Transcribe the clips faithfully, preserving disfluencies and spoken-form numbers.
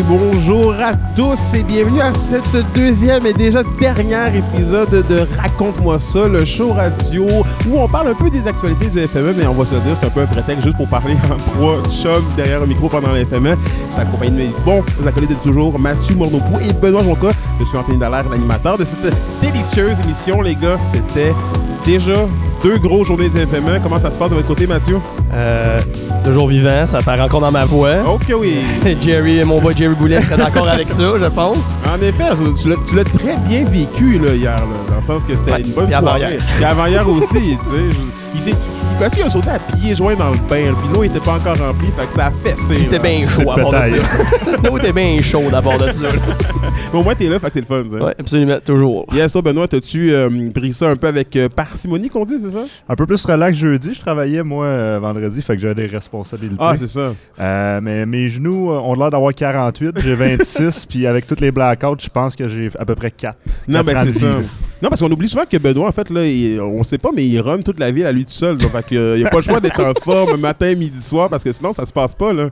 Et bonjour à tous et bienvenue à cette deuxième et déjà dernier épisode de Raconte-moi ça, le show radio où on parle un peu des actualités du F M E, mais on va se dire c'est un peu un prétexte juste pour parler en trois chums derrière un micro pendant le F M E. Je suis accompagné de mes bons acolytes de toujours, Mathieu Morneau-Pou et Benoît Jonca. Je suis Anthony Dallaire, l'animateur de cette délicieuse émission, les gars. C'était déjà deux grosses journées du F M E. Comment ça se passe de votre côté, Mathieu? Euh, toujours vivant, ça paraît encore dans ma voix. Ok, oui. Jerry, mon boy Jerry Boulet serait d'accord avec ça, je pense. En effet, tu l'as, tu l'as très bien vécu là, hier, là, dans le sens que c'était ouais, une bonne soirée. Et avant-hier aussi, tu sais. Il s'est... Mathieu a sauté à pieds joints dans le bain, puis l'eau était pas encore remplie, fait que ça a fessé. Puis c'était bien chaud à bord de ça. L'eau était bien chaude à bord de ça. Mais au moins t'es là, fait que c'est le fun, ça. Oui, absolument, toujours. Yes, toi, Benoît, t'as-tu euh, pris ça un peu avec euh, parcimonie, qu'on dit, c'est ça? Un peu plus relax jeudi. Je travaillais, moi, euh, vendredi, fait que j'avais des responsabilités. Ah, c'est ça. Euh, mais mes genoux euh, ont l'air d'avoir quarante-huit, j'ai vingt-six, puis avec toutes les blackouts, je pense que j'ai à peu près quatre. Non, ben c'est ça. Non, parce qu'on oublie souvent que Benoît, en fait, là, il, on sait pas, mais il run toute la ville à lui tout seul. Donc, fait que, euh, il a pas le choix d'être en forme matin, midi, soir, parce que sinon, ça se passe pas, là.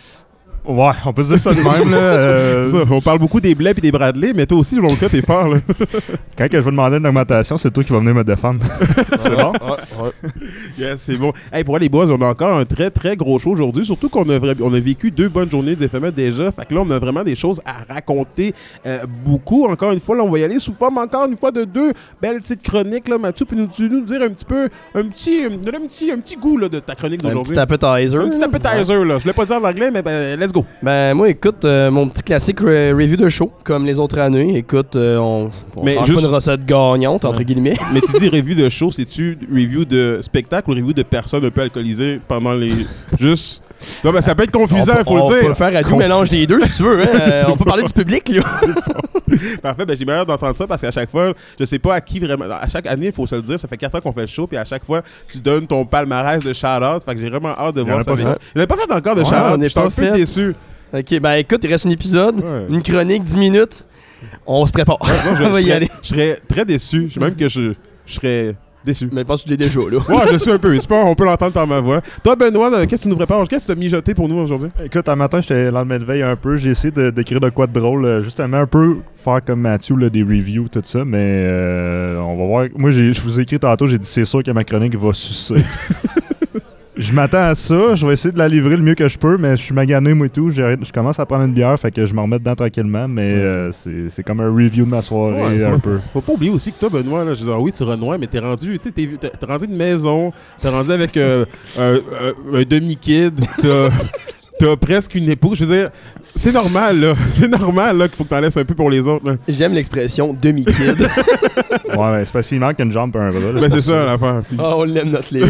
Ouais, on peut dire ça de même, là. Euh... Ça, on parle beaucoup des Blais et des Bradley, mais toi aussi, Jonca, t'es fort, là. Quand que je vais demander une augmentation, c'est toi qui vas venir me défendre. C'est bon? Ouais, ouais. Yes, c'est bon. Hey, pour les boys, on a encore un très, très gros show aujourd'hui, surtout qu'on a, on a vécu deux bonnes journées de F M E déjà. Fait que là, on a vraiment des choses à raconter euh, beaucoup. Encore une fois, là, on va y aller sous forme, encore une fois, de deux belles petites chroniques, là. Mathieu, peux-tu nous, nous dire un petit peu, un petit, un petit, un petit goût, là, de ta chronique d'aujourd'hui? Un petit appetizer. Un petit appetizer, là. Je voulais pas dire en anglais, mais ben, let's go. Ben, moi, écoute, euh, mon petit classique re- review de show, comme les autres années. Écoute, euh, on, on mais change juste... pas une recette gagnante, entre ouais. guillemets. Mais tu dis review de show, c'est-tu review de spectacle ou review de personnes un peu alcoolisées pendant les... Juste... Non, mais ça peut être confusant, il faut on le dire. On peut faire un doux mélange des deux, si tu veux. Hein? euh, on peut parler du public, là. Parfait, ben j'ai meilleur d'entendre ça parce qu'à chaque fois, je sais pas à qui vraiment... À chaque année, il faut se le dire, ça fait quatre ans qu'on fait le show, puis à chaque fois, tu donnes ton palmarès de shout-out. Fait que j'ai vraiment hâte de voir ça. Il n'a pas fait encore de ouais, shout-out, je suis un fait. peu déçu. Ok, ben écoute, il reste un épisode, ouais. une chronique, dix minutes. On se prépare. Ouais, non, je, on va y serais, aller. Je serais très déçu. Je sais même que je, je serais déçu. Mais je pense que tu l'es déjà, là. Ouais, je suis un peu. On peut l'entendre par ma voix. Toi, Benoît, qu'est-ce que tu nous prépares? Qu'est-ce que tu as mijoté pour nous aujourd'hui? Écoute, un matin, j'étais lendemain de veille un peu. J'ai essayé de, d'écrire de quoi de drôle. Justement, un peu faire comme Mathieu, là, des reviews, tout ça. Mais euh, on va voir. Moi, j'ai, je vous ai écrit tantôt, j'ai dit c'est sûr que ma chronique va sucer. Je m'attends à ça, je vais essayer de la livrer le mieux que je peux, mais je suis magané moi et tout, je, je commence à prendre une bière, fait que je m'en remets dedans tranquillement, mais euh, c'est, c'est comme un review de ma soirée ouais, faut, un peu. Faut pas oublier aussi que toi, Benoît, là, je dis, ah oui, tu renois, mais t'es rendu, tu sais, t'es, t'es rendu une maison, t'es rendu avec euh, un, un, un demi-kid, t'as... T'as presque une épouse. Je veux dire, c'est normal, là. C'est normal, là, qu'il faut que t'en laisses un peu pour les autres, là. J'aime l'expression demi-kid. Ouais, mais c'est parce qu'il manque une jambe et un bras. Là, ben, c'est, c'est ça, l'affaire. Ah, oh, on l'aime, notre Léo.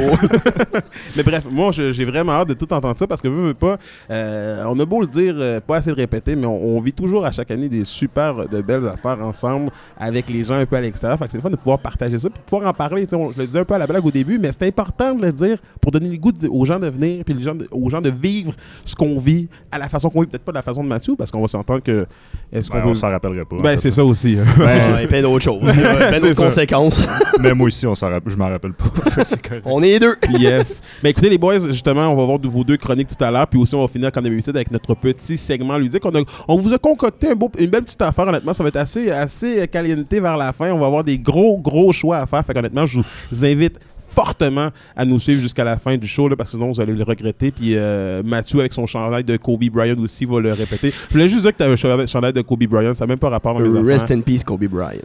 Mais bref, moi, je, j'ai vraiment hâte de tout entendre ça parce que, veux, veux pas, euh, on a beau le dire, euh, pas assez le répéter, mais on, on vit toujours à chaque année des super de belles affaires ensemble avec les gens un peu à l'extérieur. Fait que c'est le fun de pouvoir partager ça puis de pouvoir en parler. On, je le disais un peu à la blague au début, mais c'est important de le dire pour donner le goût de, aux gens de venir puis les gens de, aux gens de vivre ce qu'on vit à la façon qu'on vit, peut-être pas de la façon de Mathieu, parce qu'on va s'entendre que... Est-ce ben, qu'on on veut... s'en rappellerait pas. Ben, c'est ça aussi. Ben, il y a plein d'autres choses. Plein d'autres conséquences. Mais moi aussi, on s'en rappelle, je m'en rappelle pas. On est les deux. Yes. Mais écoutez, les boys, justement, on va voir de vos deux chroniques tout à l'heure, puis aussi, on va finir, comme d'habitude, avec notre petit segment ludique. On, a, on vous a concocté un beau, une belle petite affaire, honnêtement. Ça va être assez, assez caliente vers la fin. On va avoir des gros, gros choix à faire. Fait qu'honnêtement, je vous invite fortement à nous suivre jusqu'à la fin du show là, parce que sinon vous allez le regretter. Puis euh, Mathieu avec son chandail de Kobe Bryant aussi va le répéter. Je voulais juste dire que tu avais un chandail de Kobe Bryant, ça n'a même pas rapport dans mes affaires. Rest in peace Kobe Bryant.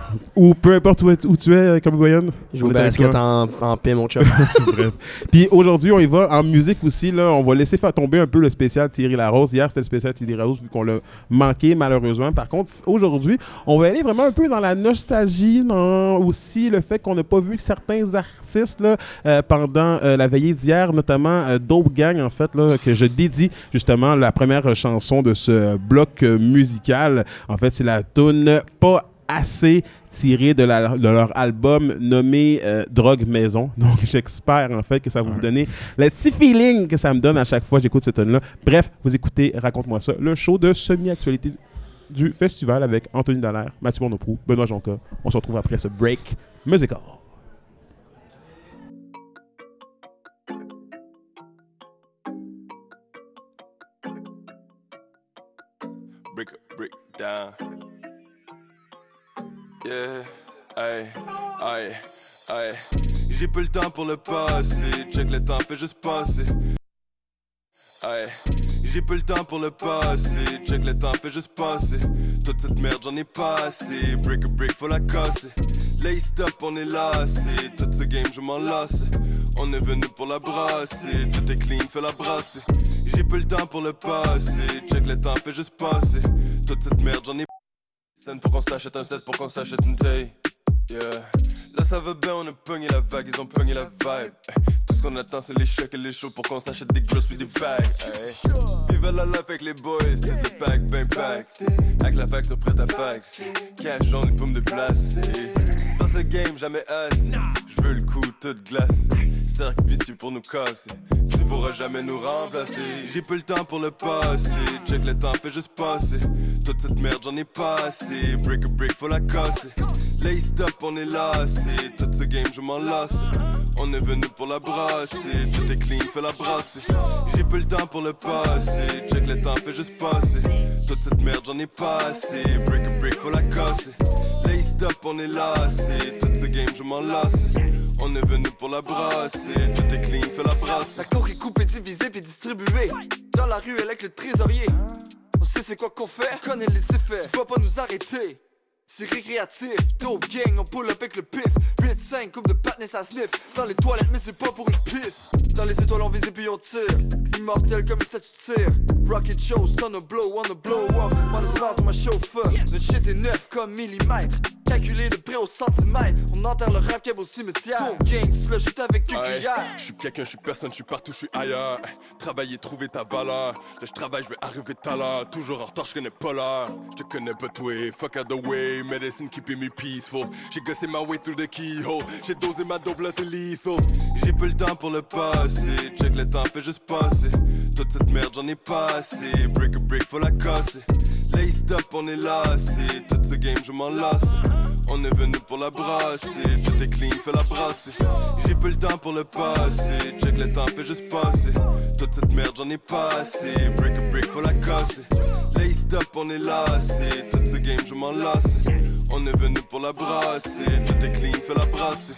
Ou peu importe où, où tu es, Kobe Bryant. Je joue au basket en, en paix, mon chum. Bref. Puis aujourd'hui, on y va en musique aussi. Là, on va laisser faire tomber un peu le spécial Thierry Larose. Hier, c'était le spécial Thierry Larose vu qu'on l'a manqué malheureusement. Par contre, aujourd'hui, on va aller vraiment un peu dans la nostalgie, dans aussi le fait qu'on n'a pas vu certains artistes là, euh, pendant euh, la veillée d'hier, notamment euh, Dope Gang, en fait, là, que je dédie justement la première chanson de ce bloc euh, musical. En fait, c'est la toune Pas assez tirée de, la, de leur album nommé euh, Drogue Maison. Donc, j'espère en fait que ça va vous donner le petit feeling que ça me donne à chaque fois que j'écoute cette toune-là. Bref, vous écoutez Raconte-moi ça, le show de semi-actualité du festival avec Anthony Dallaire, Mathieu Morneau-Pou, Benoît Jonca. On se retrouve après ce break musical. Yeah, aïe, aïe, aïe. J'ai pas le temps pour le passé. Check le temps fait juste passer. Aïe, j'ai pas le temps pour le passé. Check le temps fait juste passer. Toute cette merde j'en ai pas assez. Break a break faut la casser. Laced up on est lassé. Toute ce game je m'en lasse. On est venu pour la brasser. Tout est clean fais la brasser. J'ai pas le temps pour le passé. Check le temps fait juste passer. Toute cette merde j'en ai pas. Scène pour qu'on s'achète un set pour qu'on s'achète une taille. Yeah. Là ça va bien, on a pogné la vague, ils ont pogné la vibe. Tout ce qu'on attend c'est les chocs et les shows pour qu'on s'achète des grosses puis des bags. Vive la life avec les boys, tout le pack ben pack. Avec la facture prête à fax. Cash jaune, paume de place. Dans ce game jamais assis. J'veux le coup tout glacé. Cercle vicieux pour nous casser. Tu pourras jamais nous remplacer. J'ai pas le temps pour le passé. Check le temps fait juste passer. Toute cette merde j'en ai pas assez. Break a break faut la casser. Laced up on est lassé. Tout ce game je m'en lasse. On est venu pour la brasser. Tout est clean fais la brasser. J'ai pas le temps pour le passé. Check le temps fait juste passer. Toute cette merde j'en ai pas assez. Break a break faut la casser. Laced up on est lassé. Tout ce game je m'en lasse. On est venu pour la brasser. Tout est clean fais la brasse. La coke est coupée, divisée puis distribuée. Dans la rue avec le trésorier. On sait c'est quoi qu'on fait, on connaît les effets. Tu vas pas nous arrêter. C'est récréatif, dope gang, on pull up avec le pif. huit cinq, coupe de patness à sniff. Dans les toilettes, mais c'est pas pour une pisse. Dans les étoiles, on vise et puis on tire. Immortel comme une statue de cire. Rocket shows, on a blow, on a blow up. On a smart, on a chauffeur. Notre shit est neuf comme millimètre. Calculé de près au centimètre. On enterre le rap au cimetière. Ton gang, slush it avec une cuillère. Je suis quelqu'un, je suis personne, je suis partout, je suis ailleurs. Travailler, trouver ta valeur. Là je travaille, je vais arriver tout à l'heure. Toujours en retard, je connais pas l'heure. Je te connais pas toi, fuck out the way. Medicine keeping me peaceful. J'ai gossé ma way through the keyhole. J'ai dosé ma dope, là c'est lethal. J'ai pas le temps pour le passé. Check le temps fait juste passer. Toute cette merde j'en ai pas assez. Break a break faut la casser. Laced up on est lassé. Tout ce game je m'en lasse. On est venu pour la brasser. Tout est clean fais la brasser. J'ai pas le temps pour le passé. Check le temps fait juste passer. Toute cette merde j'en ai pas assez. Break a break faut la casser. Laced up on est lassé. Tout ce game je m'en lasse. On est venu pour la brasser. Tout est clean fais la brasser.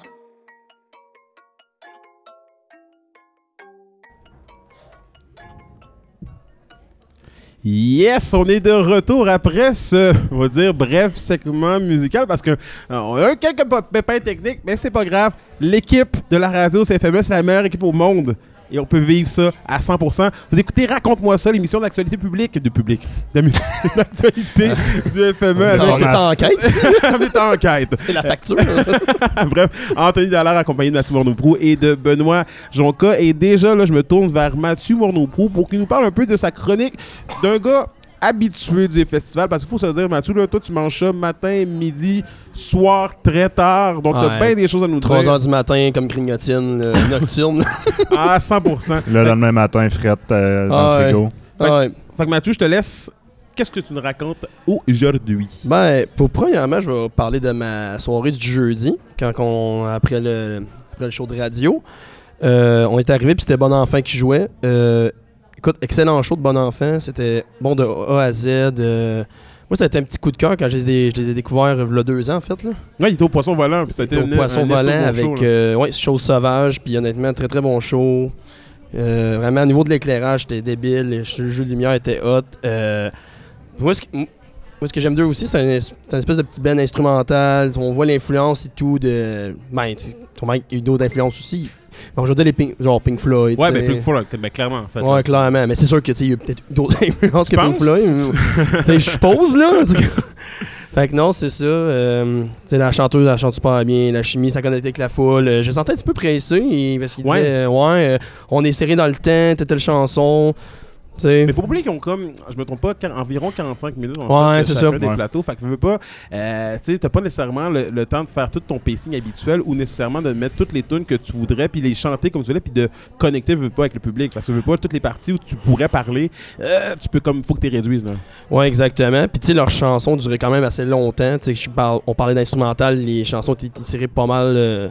Yes, on est de retour après ce, on va dire, bref segment musical parce que euh, on a eu quelques pépins techniques, mais c'est pas grave. L'équipe de la radio C F M E, c'est la meilleure équipe au monde. Et on peut vivre ça à cent pour cent. Vous écoutez Raconte-moi ça, l'émission d'actualité publique, de public, d'actualité du F M E. On est en enquête. On est en enquête. C'est la facture. Bref, Anthony Dallaire accompagné de Mathieu Morneau-Proulx et de Benoît Jonca. Et déjà, là, je me tourne vers Mathieu Morneau-Proulx pour qu'il nous parle un peu de sa chronique d'un gars habitué du festival. Parce qu'il faut se dire, Mathieu, là, toi, tu manges ça matin, midi, soir, très tard. Donc, ouais, t'as bien des choses à nous dire. trois heures du matin, comme grignotine euh, nocturne. Ah, cent pour cent. Le lendemain matin, frette euh, dans ah, le frigo. Fait, ouais. fait que Mathieu, je te laisse. Qu'est-ce que tu nous racontes aujourd'hui? Ben, pour premièrement, je vais parler de ma soirée du jeudi, quand on, après, le, après le show de radio. Euh, on est arrivé, puis c'était Bon Enfant qui jouait. Euh, écoute, excellent show de Bon Enfant. C'était bon de A à Z. Euh, moi, ça a été un petit coup de cœur quand je les ai, je les ai découverts il y a deux ans, en fait. Là. Ouais, il était au Poisson Volant. Puis c'était au une, Poisson un Volant avec show, euh, ouais, Chose Sauvage. Puis honnêtement, très très bon show. Euh, vraiment, au niveau de l'éclairage, c'était débile. Le jeu de lumière était hot. Euh, moi, ce que, moi, ce que j'aime d'eux aussi, c'est un, un espèce de petit band instrumental. On voit l'influence et tout de. Ben, sûrement il y a eu d'autres influences aussi. Bon, je veux dire les Pink, genre Pink Floyd. Ouais, ben Pink Floyd, ben, clairement, en fait. Ouais, là, clairement. Mais c'est sûr que, tu sais, il y a peut-être d'autres influences que penses? Pink Floyd. Je suppose, là. En tout cas. Fait que non, c'est ça. Euh, la chanteuse, elle chante super bien. La chimie, ça connecte avec la foule. Euh, je me sentais un petit peu pressé et, parce qu'il ouais. disait, euh, ouais, euh, on est serré dans le temps, telle telle chanson. T'sais. Mais faut pas oublier qu'ils ont comme, je me trompe pas, environ quarante-cinq minutes en ouais, fait, c'est chacun ça. des ouais. plateaux. Fait que tu veux pas, euh, tu sais, t'as pas nécessairement le, le temps de faire tout ton pacing habituel ou nécessairement de mettre toutes les tunes que tu voudrais puis les chanter comme tu voulais puis de connecter, veux pas, avec le public. Parce que veux pas, toutes les parties où tu pourrais parler, euh, tu peux comme, faut que tu réduises, là. Ouais, exactement. Puis tu sais, leurs chansons duraient quand même assez longtemps. Tu sais, parle, on parlait d'instrumental, les chansons étaient tirées pas mal. Euh,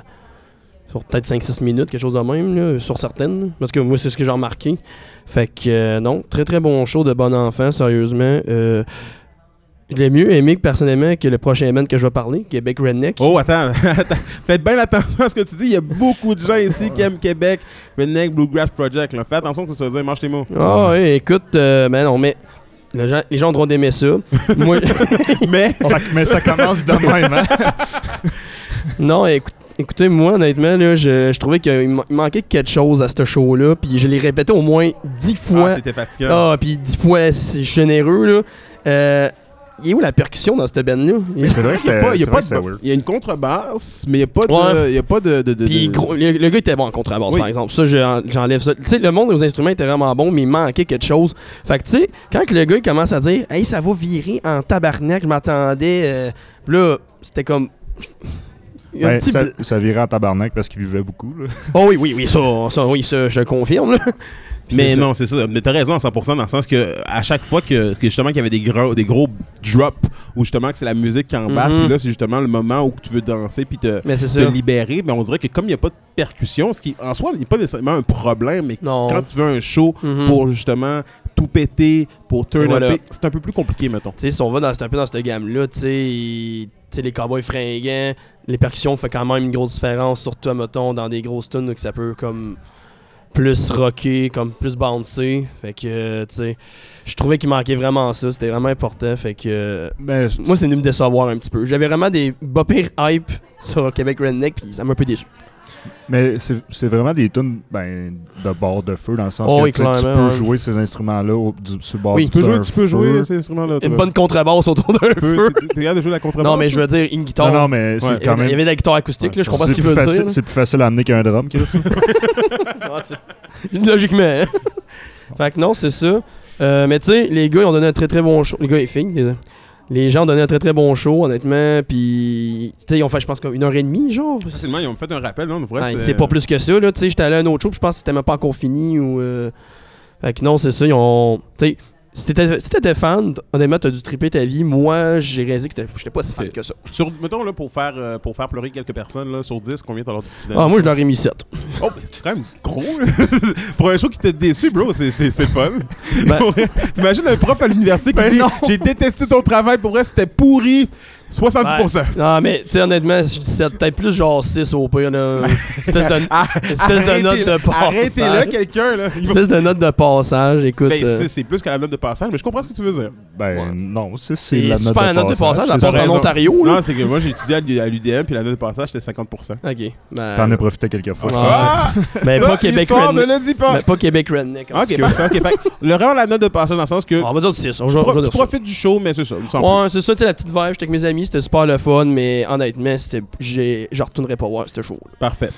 sur peut-être cinq six minutes, quelque chose de même, là, sur certaines. Parce que moi, c'est ce que j'ai remarqué. Fait que, euh, non, très très bon show de Bon Enfant, sérieusement. Euh, je l'ai mieux aimé que personnellement que le prochain band que je vais parler, Québec Redneck. Oh, attends, attends. Faites bien attention à ce que tu dis. Il y a beaucoup de gens ici qui aiment Québec Redneck Bluegrass Project. Là. Fais attention que ça veut dire, mange tes mots. Ah oh, ouais, écoute, euh, ben non, mais le gens, les gens ont le droit d'aimer ça. Moi, mais... Ça, mais ça commence de même, hein? non, écoute. Écoutez, moi, honnêtement, là, je, je trouvais qu'il manquait quelque chose à ce show-là, puis je l'ai répété au moins dix fois. Ah, c'était fatigant. Ah, puis dix fois, c'est généreux, là. Euh, il est où la percussion dans cette band-là? C'est vrai que Il y a pas, il y a c'était pas c'était de, weird. il y a une contrebasse, mais il n'y a pas de, Ouais. il y a pas de, de, de- Puis de- gros, le, le gars était bon en contrebasse, Oui. par exemple. Ça, j'en- j'enlève ça. Tu sais, le monde aux instruments était vraiment bon, mais il manquait quelque chose. Fait que, tu sais, quand que le gars il commence à dire « Hey, ça va virer en tabarnak, je m'attendais... euh, » Puis là, c'était comme... Il y a un Ben, petit ça, bl- ça virait en tabarnak parce qu'il vivait beaucoup. Là. Oh oui, oui, oui, ça, ça, oui, ça je le confirme, là. Mais C'est ça. non, c'est ça. Mais t'as raison à cent pour cent dans le sens que à chaque fois que, que justement qu'il y avait des gros, des gros drops où justement que c'est la musique qui embarque, Mhm. puis là c'est justement le moment où tu veux danser puis te, Mais c'est te ça. libérer, ben on dirait que comme il n'y a pas de percussion, ce qui en soi n'est pas nécessairement un problème, mais Non. quand tu veux un show Mhm. pour justement tout péter, pour turn Et voilà. up, c'est un peu plus compliqué, mettons. Tu sais, si on va dans, c'est un peu dans cette gamme-là, tu sais, il- tu sais, les cowboys fringants, les percussions font quand même une grosse différence, surtout, mettons, dans des grosses tunes, que ça peut comme plus rocker, comme plus bouncer. Fait que, euh, tu sais, je trouvais qu'il manquait vraiment ça, c'était vraiment important. Fait que, euh, Mais moi, c'est venu me décevoir un petit peu. J'avais vraiment des bas pires hype sur Québec Redneck, puis ça m'a un peu déçu. Mais c'est c'est vraiment des tunes ben, de bord de feu, dans le sens Oh que oui, tu sais, tu clairement, peux ouais. jouer ces instruments-là au- du- sur le bord Oui, du Tu peux jouer, d'un tu peux feu. jouer ces instruments-là. Une toi. bonne contrebasse autour d'un Tu peux- feu. t'es- T'es capable de jouer la contrebasse? Non, mais je veux dire, une guitare. Non, non, mais Ouais. c'est il, y quand avait, il y même... avait de la guitare acoustique, là, je comprends c'est ce qu'il plus veut facile- dire. là. C'est plus facile à amener qu'un drum, Chris. Ah, c'est- Logiquement. hein. Fait que non, c'est ça. Euh, mais tu sais, les gars, ils ont donné un très très bon show. Les gars et filles, les, les gens ont donné un très très bon show, honnêtement. Puis, tu sais, ils ont fait, je pense, comme une heure et demie, genre. Facilement, ils ont fait un rappel, non? Ah, c'est pas plus que ça, là. Tu sais, j'étais allé à un autre show, puis je pense que c'était même pas encore fini. Ou, euh... Fait que non, c'est ça. Ils ont. Tu sais, si t'étais si t'étais fan, honnêtement, t'as dû triper ta vie. Moi, j'ai réalisé que c'était- j'étais pas si fan Ok. que ça. Sur, mettons, là, pour faire, euh, pour faire pleurer quelques personnes, là, sur dix, combien t'as l'air de- Ah, moi, je leur ai mis sept. Oh, mais c'est quand même gros, là. Pour un show qui t'a déçu, bro, c'est, c'est, c'est fun. Ben- Pour vrai, t'imagines un prof à l'université qui Ben dit non. « J'ai détesté ton travail, pour vrai, c'était pourri. » soixante-dix pour cent. Non, mais tu sais, honnêtement, je dis sept, peut-être plus genre six au pire, là. Espèce de, Ah, espèce de note de passage. Arrêtez-le, quelqu'un, là. Il va- Espèce de note de passage, écoute. Ben, euh, c'est, c'est plus que la note de passage, mais je comprends ce que tu veux dire. Ben Ouais. non, c'est c'est c'est la note super de la note de passage, c'est à T'as part en raison. Ontario, là. Non, c'est que moi, j'ai étudié à l'U- à l'U D M, puis la note de passage, c'était cinquante pour cent. Ok. Ben, T'en as profité quelques fois, je pense. Ah, ben, Ça, pas Québec l'histoire ne Redneck. le dit pas. Ben, pas Québec Redneck. en Ok, tout cas. parfait, ok. Fait que le rang, la note de passage, dans le sens que On va dire six. On tu, va, pro- on va tu dire ça. profites du show, mais c'est ça. il me semble. Ouais, c'est ça, tu sais, la petite vibe, j'étais avec mes amis, c'était super le fun, mais honnêtement, c'était, j'ai, je retournerai pas voir ce show. Parfait.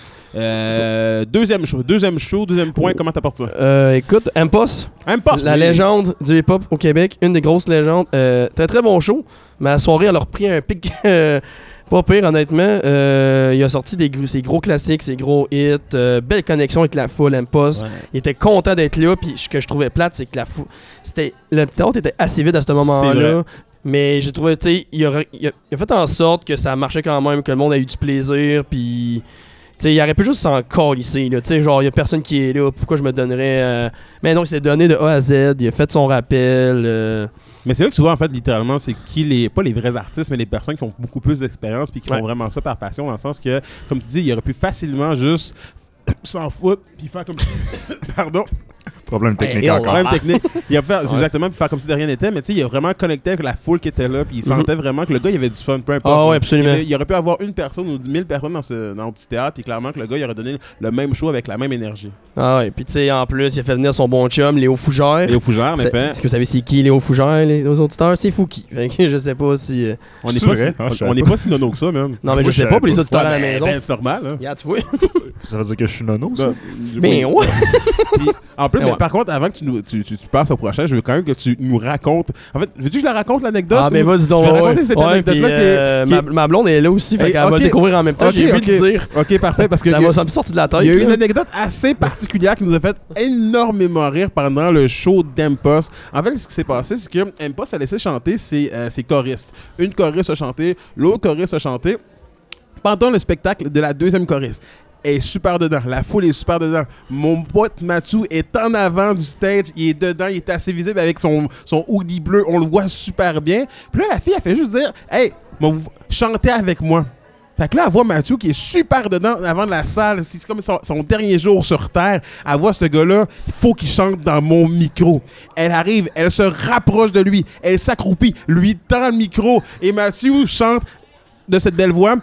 Euh, deuxième show, deuxième show, deuxième point, comment t'apportes ça? Euh, écoute, Impos, Impossible. la légende du hip-hop au Québec, une des grosses légendes. Euh, très très bon show, mais la soirée, elle a repris un pic euh, pas pire, honnêtement. Euh, il a sorti des, gros- ses gros classiques, ses gros hits, euh, belle connexion avec la foule, Impos. Ouais. Il était content d'être là, puis ce que je trouvais plate, c'est que la foule. C'était, le théâtre était assez vide à ce moment-là. vrai. Mais j'ai trouvé, tu sais, il, a- il a- il a fait en sorte que ça marchait quand même, que le monde a eu du plaisir, puis. Tu sais, il aurait pu juste s'en calisser, là. Tu sais, genre, il y a personne qui est là, pourquoi je me donnerais. euh, Mais non, il s'est donné de A à Z, il a fait son rappel. euh, Mais c'est là que tu vois, en fait, littéralement, c'est qui les. Pas les vrais artistes, mais les personnes qui ont beaucoup plus d'expérience puis qui Ouais. font vraiment ça par passion, dans le sens que, comme tu dis, il aurait pu facilement juste s'en foutre puis faire comme. Pardon. Problème technique Hey, oh, encore. Problème technique. Il a fait, c'est Ouais. exactement, puis faire comme si de rien n'était, mais tu sais, il a vraiment connecté avec la foule qui était là, puis il Mhm. sentait vraiment que le gars, il avait du fun, peu importe. Ah ouais, Il absolument. y avait- Il, aurait pu avoir une personne ou dix mille personnes dans, ce, dans le petit théâtre, puis clairement que le gars, il aurait donné le même show avec la même énergie. Ah ouais, puis tu sais, en plus, il a fait venir son bon chum, Léo Fougère. Et au fougère, en C'est- effet, Est-ce que vous savez c'est qui Léo Fougère, les, les auditeurs? C'est Fouki. Fait que je sais pas si. euh, on n'est C'est pas, vrai? si, Ah, je on- savais on n'est pas. pas si nono que ça, man. Non, mais Moi, je je sais savais pas pour les pas. auditeurs à la ben, maison. ben, c'est normal, hein. Regarde, tu vois. Ça veut dire que je suis nono, ça? Ben, Mais ouais. Puis, en plus, Mais mais ouais. par contre, avant que tu, nous, tu, tu, tu passes au prochain, je veux quand même que tu nous racontes. En fait, veux-tu que je la raconte l'anecdote? Ah, mais ou- vas-y donc. Je vais ouais. raconter cette Ouais, anecdote-là puis, qui est- euh, qui est- ma, ma blonde est là aussi, fait Hey, qu'elle va ok. le découvrir en même temps. Ok, J'ai envie ok. de dire. Ok, parfait, parce que Ça il y a- va ça me sortir de la tête. il y a eu là. une anecdote assez particulière qui nous a fait énormément rire pendant le show d'Empos. En fait, ce qui s'est passé, c'est que Empos a laissé chanter ses, euh, ses choristes. Une choriste a chanté, l'autre choriste a chanté pendant le spectacle de la deuxième choriste. est super dedans. La foule est super dedans. Mon pote Mathieu est en avant du stage. Il est dedans. Il est assez visible avec son, son hoodie bleu. On le voit super bien. Puis là, la fille, elle fait juste dire « Hey, bon, vous chantez avec moi. » Fait que là, elle voit Mathieu qui est super dedans avant de la salle. C'est comme son, son dernier jour sur Terre. Elle voit ce gars-là, il faut qu'il chante dans mon micro. Elle arrive, elle se rapproche de lui, elle s'accroupit, lui tend le micro et Mathieu chante de cette belle voix.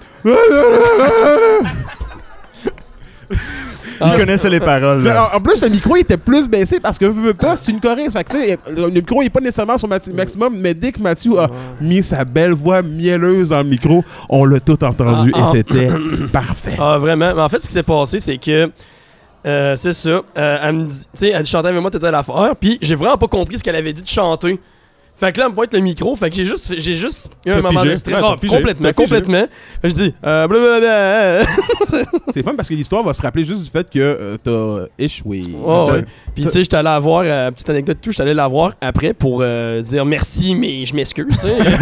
Il connaissait les paroles. Là. En plus, le micro il était plus baissé parce que veux, veux pas, c'est une choriste. Fait que, tu sais, le micro n'est pas nécessairement son maximum, mais dès que Mathieu a mis sa belle voix mielleuse dans le micro, on l'a tout entendu ah, ah. et c'était parfait. Ah, vraiment. Mais en fait, ce qui s'est passé, c'est que. Euh, c'est ça. Euh, elle me dit, tu sais, elle chantait avec moi, t'étais à l'affaire. Puis j'ai vraiment pas compris ce qu'elle avait dit de chanter. Fait que là, elle me pointe le micro. Fait que j'ai juste, j'ai juste eu un T'as moment figé. de stress. Ouais, Ah, t'as figé. complètement, T'as figé. complètement. Fait que je dis, euh, blablabla. C'est fun parce que l'histoire va se rappeler juste du fait que euh, t'as échoué. Oh, ouais. Puis tu sais, j'étais allé la voir, euh, petite anecdote tout, j'étais allé la voir après pour euh, dire merci, mais je m'excuse, tu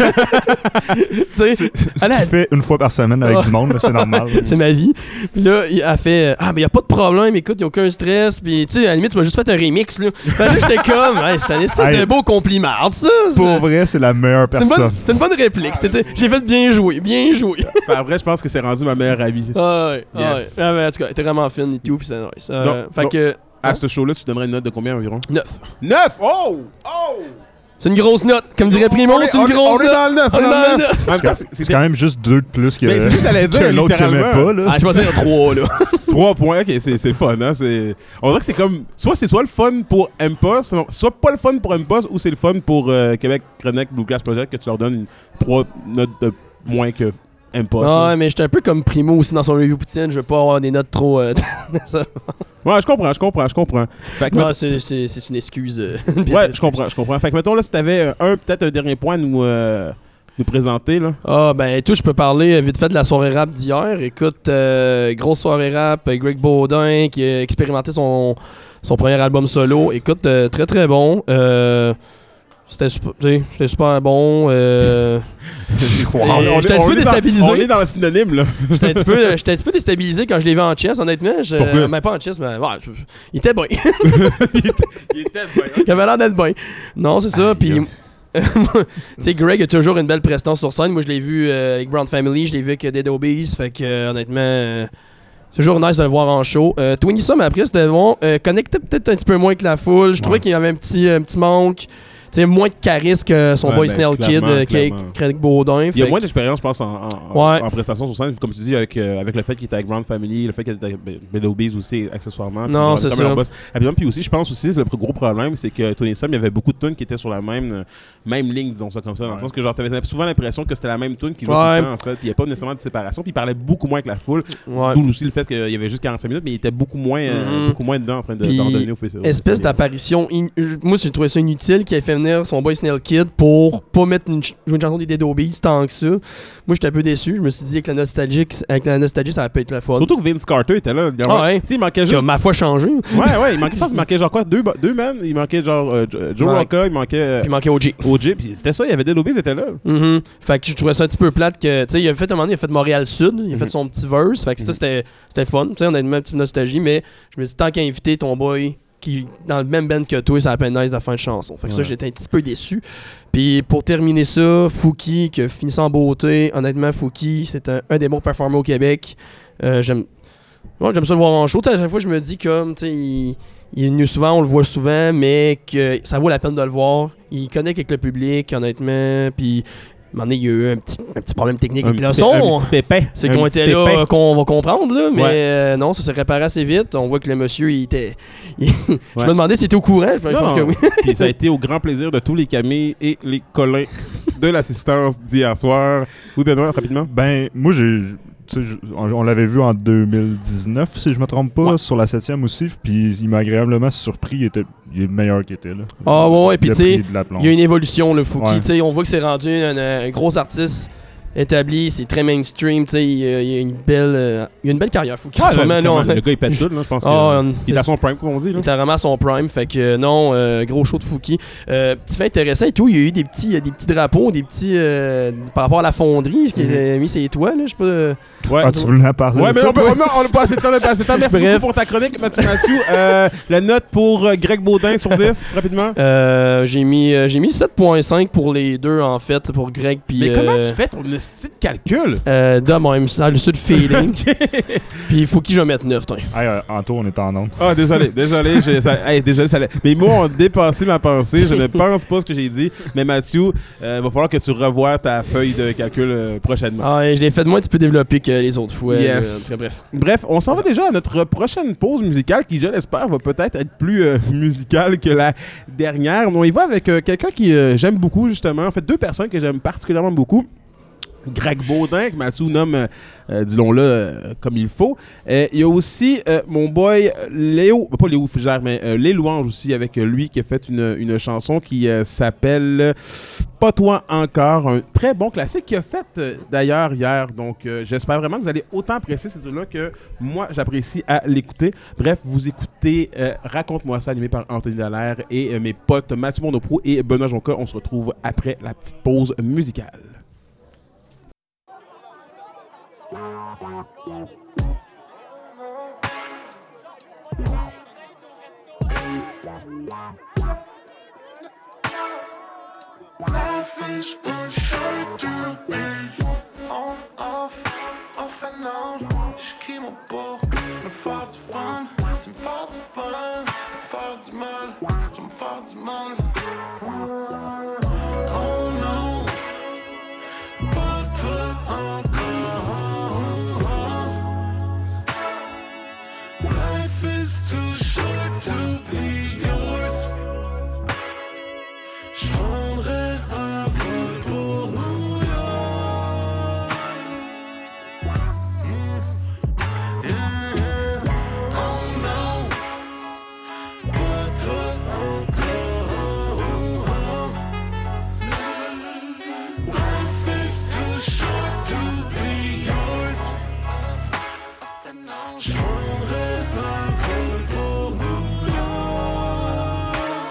sais. C'est ce que tu fais une fois par semaine avec Oh. du monde, là, c'est normal. C'est ma vie. Puis là, il a fait euh, ah, mais y a pas de problème, écoute, y a aucun stress. Puis tu sais, à la limite, tu m'as juste fait un remix, là. Fait que là, j'étais comme, hey, c'est un espèce Hey. de beau compliment, ça. Pour vrai, c'est la meilleure C'est une, bonne, personne. c'est une bonne réplique. C'était- J'ai fait bien jouer, bien joué. Ben, après, je pense que c'est rendu ma meilleure amie. Ah ouais, ah ouais. Yes. Ah, mais en tout cas, elle était vraiment fine et tout, puis c'est nice. Euh, Donc- fait donc- que À ce show-là, tu donnerais une note de combien environ? neuf. neuf! Oh! Oh! C'est une grosse note. Comme dirait Primo, On est- c'est une on est- grosse on est note. dans le neuf, On est dans le neuf. En même temps, c'est- C'est quand même juste deux de plus que, Mais c'est ce que j'allais dire, que l'autre qui aimait littéralement. pas. Là. Ah, je vais dire trois, là. Trois points, ok, c'est c'est le fun, hein? c'est- On dirait que c'est comme. Soit c'est soit le fun pour M P O S, non, soit pas le fun pour M P O S, ou c'est le fun pour euh, Québec Chronic Bluegrass Project que tu leur donnes une, trois notes de moins que M P O S. là. Ouais, mais j'étais un peu comme Primo aussi dans son review Poutine. Je veux pas avoir des notes trop. euh, ça. Ouais, je comprends, je comprends, je comprends. Fait que Non, mettons- c'est c'est- c'est une excuse. euh, ouais, je comprends, je comprends. Fait que mettons là, si t'avais euh, un, peut-être un dernier point à nous, euh, nous présenter, là. Ah, ben, tout, je peux parler euh, vite fait de la soirée rap d'hier. Écoute, euh, grosse soirée rap, euh, Greg Baudin qui a expérimenté son, son premier album solo. Écoute, euh, très très bon. Euh, C'était super, tu sais, c'était super bon. Euh, On- Et on- j'étais un on petit peu est dans- déstabilisé. On est dans le synonyme, là. J'étais un petit peu, j'étais un petit peu déstabilisé quand je l'ai vu en chess, honnêtement. Je, Pourquoi? mais pas en chess, mais ouais, je- il était bien. Il était bien. Il avait l'air d'être bien. Non, c'est ça. Puis, tu sais, Greg a toujours une belle prestance sur scène. Moi, je l'ai vu euh, avec Brown Family, je l'ai vu avec euh, Dead Obies. Fait que, euh, honnêtement, euh, c'est toujours nice de le voir en show. Euh, Twinnie Sam, après, c'était bon. Euh, connectait peut-être un petit peu moins que la foule. Je trouvais Ouais. qu'il y avait un petit, un petit manque. Tu sais, moins de charisme que son Ouais, boy ben, Snell Kid, clairement, euh, qui est clairement. Craig Baudin. Il y a Fait moins que- d'expérience, je pense, en, en, Ouais. en prestation sur scène, comme tu dis, avec, euh, avec le fait qu'il était avec Brown Family, le fait qu'il était avec Bed Obies aussi, accessoirement. Non, puis, c'est comme ça. leur boss. Rapidement, puis aussi, je pense aussi, le gros problème, c'est que Tony Sam, il y avait beaucoup de tunes qui étaient sur la même, euh, même ligne, disons ça comme ça, dans le Ouais. sens que genre, t'avais souvent l'impression que c'était la même tune qui jouait Ouais. tout le temps, en fait, puis il n'y avait pas nécessairement de séparation, puis il parlait beaucoup moins avec la foule, Ouais. d'où aussi le fait qu'il y avait juste quarante-cinq minutes, mais il était beaucoup moins, euh, Mhm. beaucoup moins dedans en train de Puis, d'en donner au festival. Espèce d'apparition. in- Moi, j'ai trouvé ça inutile qu'il ait fait venir son boy Snell Kid pour pas mettre une, ch- jouer une chanson des Dead Obies tant que ça. Moi, j'étais un peu déçu. Je me suis dit que la nostalgie, avec la nostalgie, ça va pas être la faute. Surtout que Vince Carter était là. Il, Ah ouais. Tu sais, il manquait Que juste ma foi changé. Ouais, ouais, il manquait, je pense qu'il manquait genre quoi, deux, deux man, il manquait genre euh, Jo- Joe Ouais. Rocca, il manquait euh, Puis il manquait O G. O J, puis c'était ça, il y avait Dead Obies, était là. Mhm. Fait que je trouvais ça un petit peu plate que. Tu sais, il a fait un moment donné, il a fait Montréal Sud, il a fait Mhm. son petit verse. Fait que ça, Mhm. c'était c'était le fun. Tu sais, on a une petite nostalgie, mais je me dis, tant qu'à inviter ton boy qui dans le même band que toi, ça a peine nice de faire une chanson. Fait que ça, Ouais. j'étais un petit peu déçu. Puis pour terminer ça, Fouki, qui a fini ça en beauté. Honnêtement, Fouki, c'est un, un des bons performers au Québec. Euh, j'aime ouais, j'aime ça le voir en show. Tu sais, à chaque fois, je me dis comme, tu sais, il, il est venu souvent, on le voit souvent, mais que ça vaut la peine de le voir. Il connecte avec le public, honnêtement. Puis, à un moment donné, il y a eu un petit, un petit problème technique Un avec le petit, son. pé- un petit pépin. C'est Un qu'on petit était là pépin. euh, qu'on va comprendre, là, mais Ouais. euh, non, ça s'est réparé assez vite. On voit que le monsieur, il était. il- Je Ouais. me demandais s'il était au courant. Je Non, pense que oui. Puis ça a été au grand plaisir de tous les Camille et les Colins de l'assistance d'hier soir. Oui, Benoît, rapidement. Ben, moi, j'ai. tu sais, je- on, on l'avait vu en deux mille dix-neuf, si je me trompe pas, Ouais. sur la septième aussi. Puis il m'a agréablement surpris. Il, était, il est meilleur qu'il était. Là. Ah, ouais, ouais, puis Il a tu sais, pris de la plombe. il y a une évolution, le Fouki. Ouais. Tu sais, on voit que c'est rendu un, un gros artiste établi, c'est très mainstream, tu sais, il, il y a une belle, euh, il y a une belle carrière, Fouki. Ah, en ce moment, le, là, on- le gars, il pète tout, là, je pense que Ah, il est à son prime, comme on dit. Là. Il était vraiment à son prime, fait que euh, non, euh, gros show de Fouki. Euh, petit fait intéressant et tout, il y a eu des petits, euh, des petits drapeaux, des petits euh, par rapport à la fonderie qui Mm-hmm. a mis ses toits, là, je sais pas. euh, Ouais. Ah, tu voulais en parler Ouais, de mais ça, on peut, toi? on a- on n'a pas assez de temps, on n'a pas assez de temps. Merci Bref. beaucoup pour ta chronique, Mathieu Mathieu. Euh, la note pour euh, Greg Baudin sur dix, rapidement. euh, j'ai mis euh, j'ai mis sept virgule cinq pour les deux en fait, pour Greg puis Mais comment euh, tu fais ton esti de calcul? euh, de même, ça le sud feeling. Puis Fouki je vais mettre neuf, tiens. Hey, euh, Anto, on est en onde. Ah, désolé, désolé. j'ai- ça- hey, désolé ça, mes mots ont dépassé ma pensée. Je ne pense pas ce que j'ai dit. Mais Mathieu, il va falloir que tu revoies ta feuille de calcul euh, prochainement. Ah, et je l'ai fait de moins un petit peu développé que les autres fois. Yes. là, très bref. Bref, on s'en va déjà à notre prochaine pause musicale qui, je l'espère, va peut-être être plus euh, musicale que la dernière. On y va avec euh, quelqu'un qui euh, j'aime beaucoup, justement. En fait, deux personnes que j'aime particulièrement beaucoup. Greg Baudin, que Mathieu nomme, euh, euh, disons-le, euh, comme il faut. Euh, Il y a aussi euh, mon boy Léo, pas Léo Fugère, mais euh, Les Louanges aussi, avec euh, lui qui a fait une, une chanson qui euh, s'appelle euh, Pas toi encore, un très bon classique qu'il a fait euh, d'ailleurs hier. Donc euh, j'espère vraiment que vous allez autant apprécier cette là que moi j'apprécie à l'écouter. Bref, vous écoutez euh, Raconte-moi ça, animé par Anthony Dallaire et euh, mes potes Mathieu Monopro et Benoît Jonca. On se retrouve après la petite pause musicale. Life is too short to be on, off, off and on. Je crie mon beau, me faire du fun, c'est me faire du fun, c'est te faire du mal, je me faire du mal. Oh non, pas toi encore. Life is too short to be yours. Je prendrai un vol pour New York. Mm. Yeah. Oh no, pas toi encore. Life is too short to be yours. Je prendrai un vol pour New York.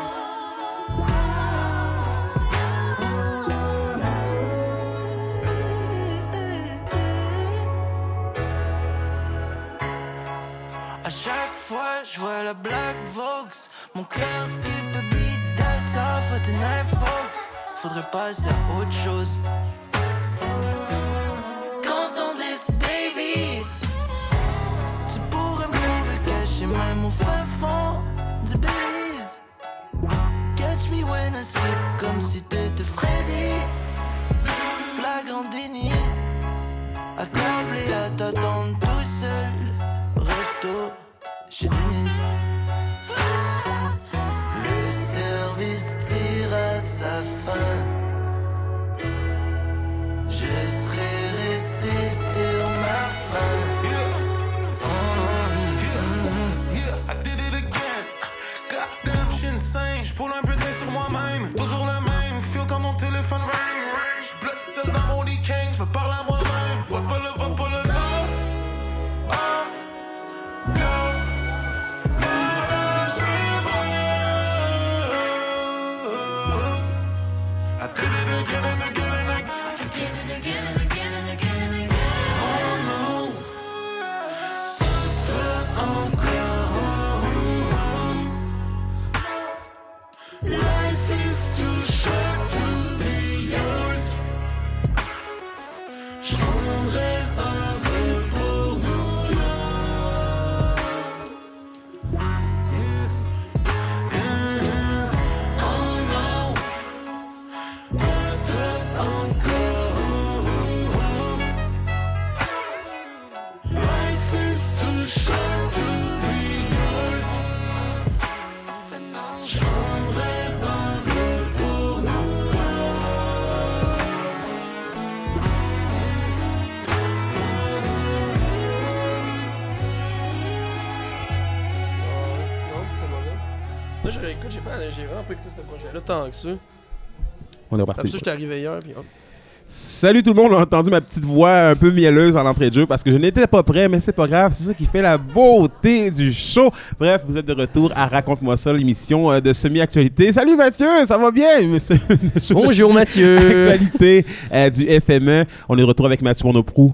À chaque fois, je vois la Black Vox. Mon cœur skip a beat, that's off at the night, folks. Faudrait passer à autre chose. Quand on this baby, tu pourrais me trouver caché même au fin fond du Belize. Catch me when I slip comme si t'étais Freddy. Flagrant déni, à table et à t'attendre tout seul. Resto chez Denise. Le service tire à sa fin. Je serai resté sur ma faim. Yeah, I did it again. Goddamn, j'suis insane. J'poule un peu sur moi-même. Toujours le même. Feel quand mon téléphone ring. J'blotte seul dans mon lit king. J'me parle à moi-même. Va pas le, va pas le non. Oh, no. No, c'est vrai. I did it again and again and again. Again and again and again and again and again. Oh no. Toi encore. Life is too short to be yours. Je prendrai un vol pour New York. Oh no, pas toi encore. Life is too short to be yours. Je prendrai un vol pour New York. Là, j'ai, écoute, j'ai, pas, j'ai vraiment pas écouté ce projet-là tant que ça. On est Après reparti. ça, j'étais arrivé hier, puis hop. Salut tout le monde, on a entendu ma petite voix un peu mielleuse en entrée de jeu parce que je n'étais pas prêt, mais c'est pas grave, c'est ça qui fait la beauté du show. Bref, vous êtes de retour à Raconte-moi ça, l'émission euh, de semi-actualité. Salut Mathieu, ça va bien? Bonjour Mathieu. Actualité euh, du F M E. On est de retour avec Mathieu Monoprou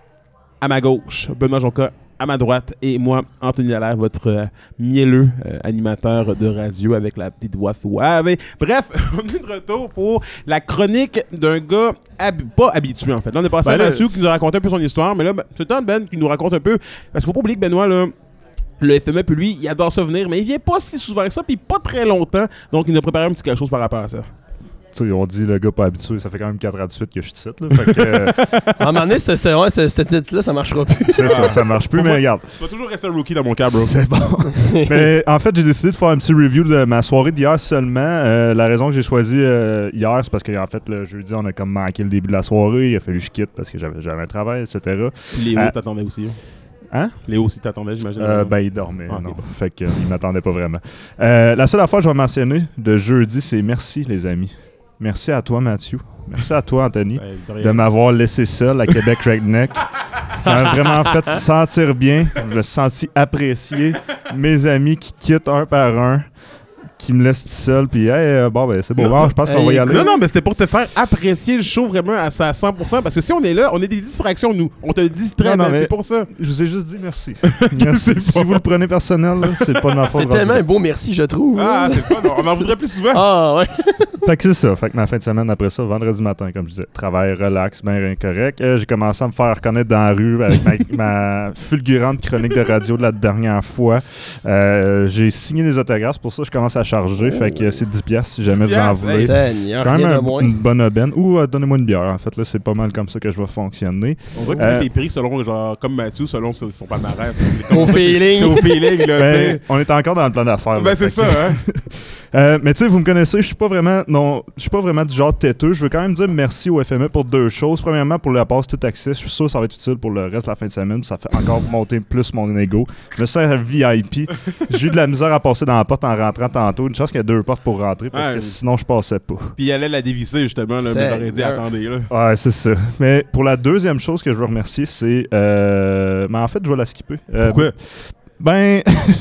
à ma gauche, Benoît Jonca à ma droite et moi, Anthony Dallaire, votre euh, mielleux euh, animateur de radio avec la petite voix suave. Bref, on est de retour pour la chronique d'un gars hab- pas habitué en fait. Là, on est passé Ben à là, Mathieu qui nous a raconté un peu son histoire, mais là, ben, c'est le temps de Ben qui nous raconte un peu. Parce qu'il faut pas oublier que Benoît, là, le F M E, puis lui, il adore ça venir, mais il vient pas si souvent que ça, puis pas très longtemps. Donc, il nous a préparé un petit quelque chose par rapport à ça. Tu sais, on dit le gars pas habitué, ça fait quand même quatre ans de suite que je suis titre. Là, fait que, euh, À un moment donné, ce ouais, titre-là, ça marchera plus. c'est ça, ça marche plus, Pour mais moi, regarde. Tu vas toujours rester un rookie dans mon cas, bro. C'est bon. Mais en fait, j'ai décidé de faire un petit review de ma soirée d'hier seulement. Euh, la raison que j'ai choisi euh, hier, c'est parce qu'en fait, le jeudi, on a comme manqué le début de la soirée. Il a fallu que je quitte parce que j'avais, j'avais un travail, et cetera. Léo Euh, t'attendait aussi. Hein? Léo aussi t'attendait, j'imagine. Euh, ben, il dormait, Ah, non. ok, bon. Fait qu'il m'attendait pas vraiment. Euh, la seule affaire que je vais mentionner de jeudi, c'est merci, les amis. Merci à toi, Mathieu. Merci à toi, Anthony, Ouais, de rien. de m'avoir laissé seul à Québec Redneck. Ça m'a vraiment fait sentir bien. Je me suis senti apprécié. Mes amis qui quittent un par un, qui me laissent seul, puis hey, euh, bon, ben c'est bon, Non, je pense qu'on hey, va y aller. Non, non, mais c'était pour te faire apprécier le show vraiment à sa cent pour cent. Parce que si on est là, on est des distractions, nous. On te distrait, Non, non, ben, mais- c'est pour ça. Je vous ai juste dit merci. Merci. Si vous le prenez personnel, là, c'est pas de ma faute. C'est tellement un beau merci, je trouve. Ah, là. c'est pas. On en voudrait plus souvent. Ah, ouais. Fait que c'est ça. Fait que ma fin de semaine après ça, vendredi matin, comme je disais, travail, relax, bien correct. Euh, j'ai commencé à me faire reconnaître dans la rue avec ma, ma fulgurante chronique de radio de la dernière fois. Euh, j'ai signé des autographes, pour ça je commence à charger. Fait que c'est dix piastres si jamais vous en piastres, voulez. Seigneur, C'est quand même rien un- de moins. une bonne aubaine. Ou euh, donnez-moi une bière. En fait, là, c'est pas mal comme ça que je vais fonctionner. On dirait que tu Euh, fais tes prix selon, genre, comme Mathieu, selon son son palmarès. C'est- c'est Au comme- feeling. C'est au feeling, là, tu Ben, sais. on est encore dans le plan d'affaires. Ben, là. c'est Fait ça, que- hein. Euh, mais tu sais, vous me connaissez, je suis pas vraiment non, je suis pas vraiment du genre têteux. Je veux quand même dire merci au F M E pour deux choses. Premièrement, pour la passe tout accès. Je suis sûr que ça va être utile pour le reste de la fin de semaine. Ça fait encore monter plus mon ego. Je me sers V I P. J'ai eu de la misère à passer dans la porte en rentrant tantôt. Une chance qu'il y a deux portes pour rentrer parce Ouais. que sinon je passais pas. Puis il allait la dévisser, justement, là. Mais j'aurais dit, Seigneur. attendez, là. Ouais, c'est ça. Mais pour la deuxième chose que je veux remercier, c'est. Euh... Mais en fait, je vais la skipper. Euh, Pourquoi? Ben.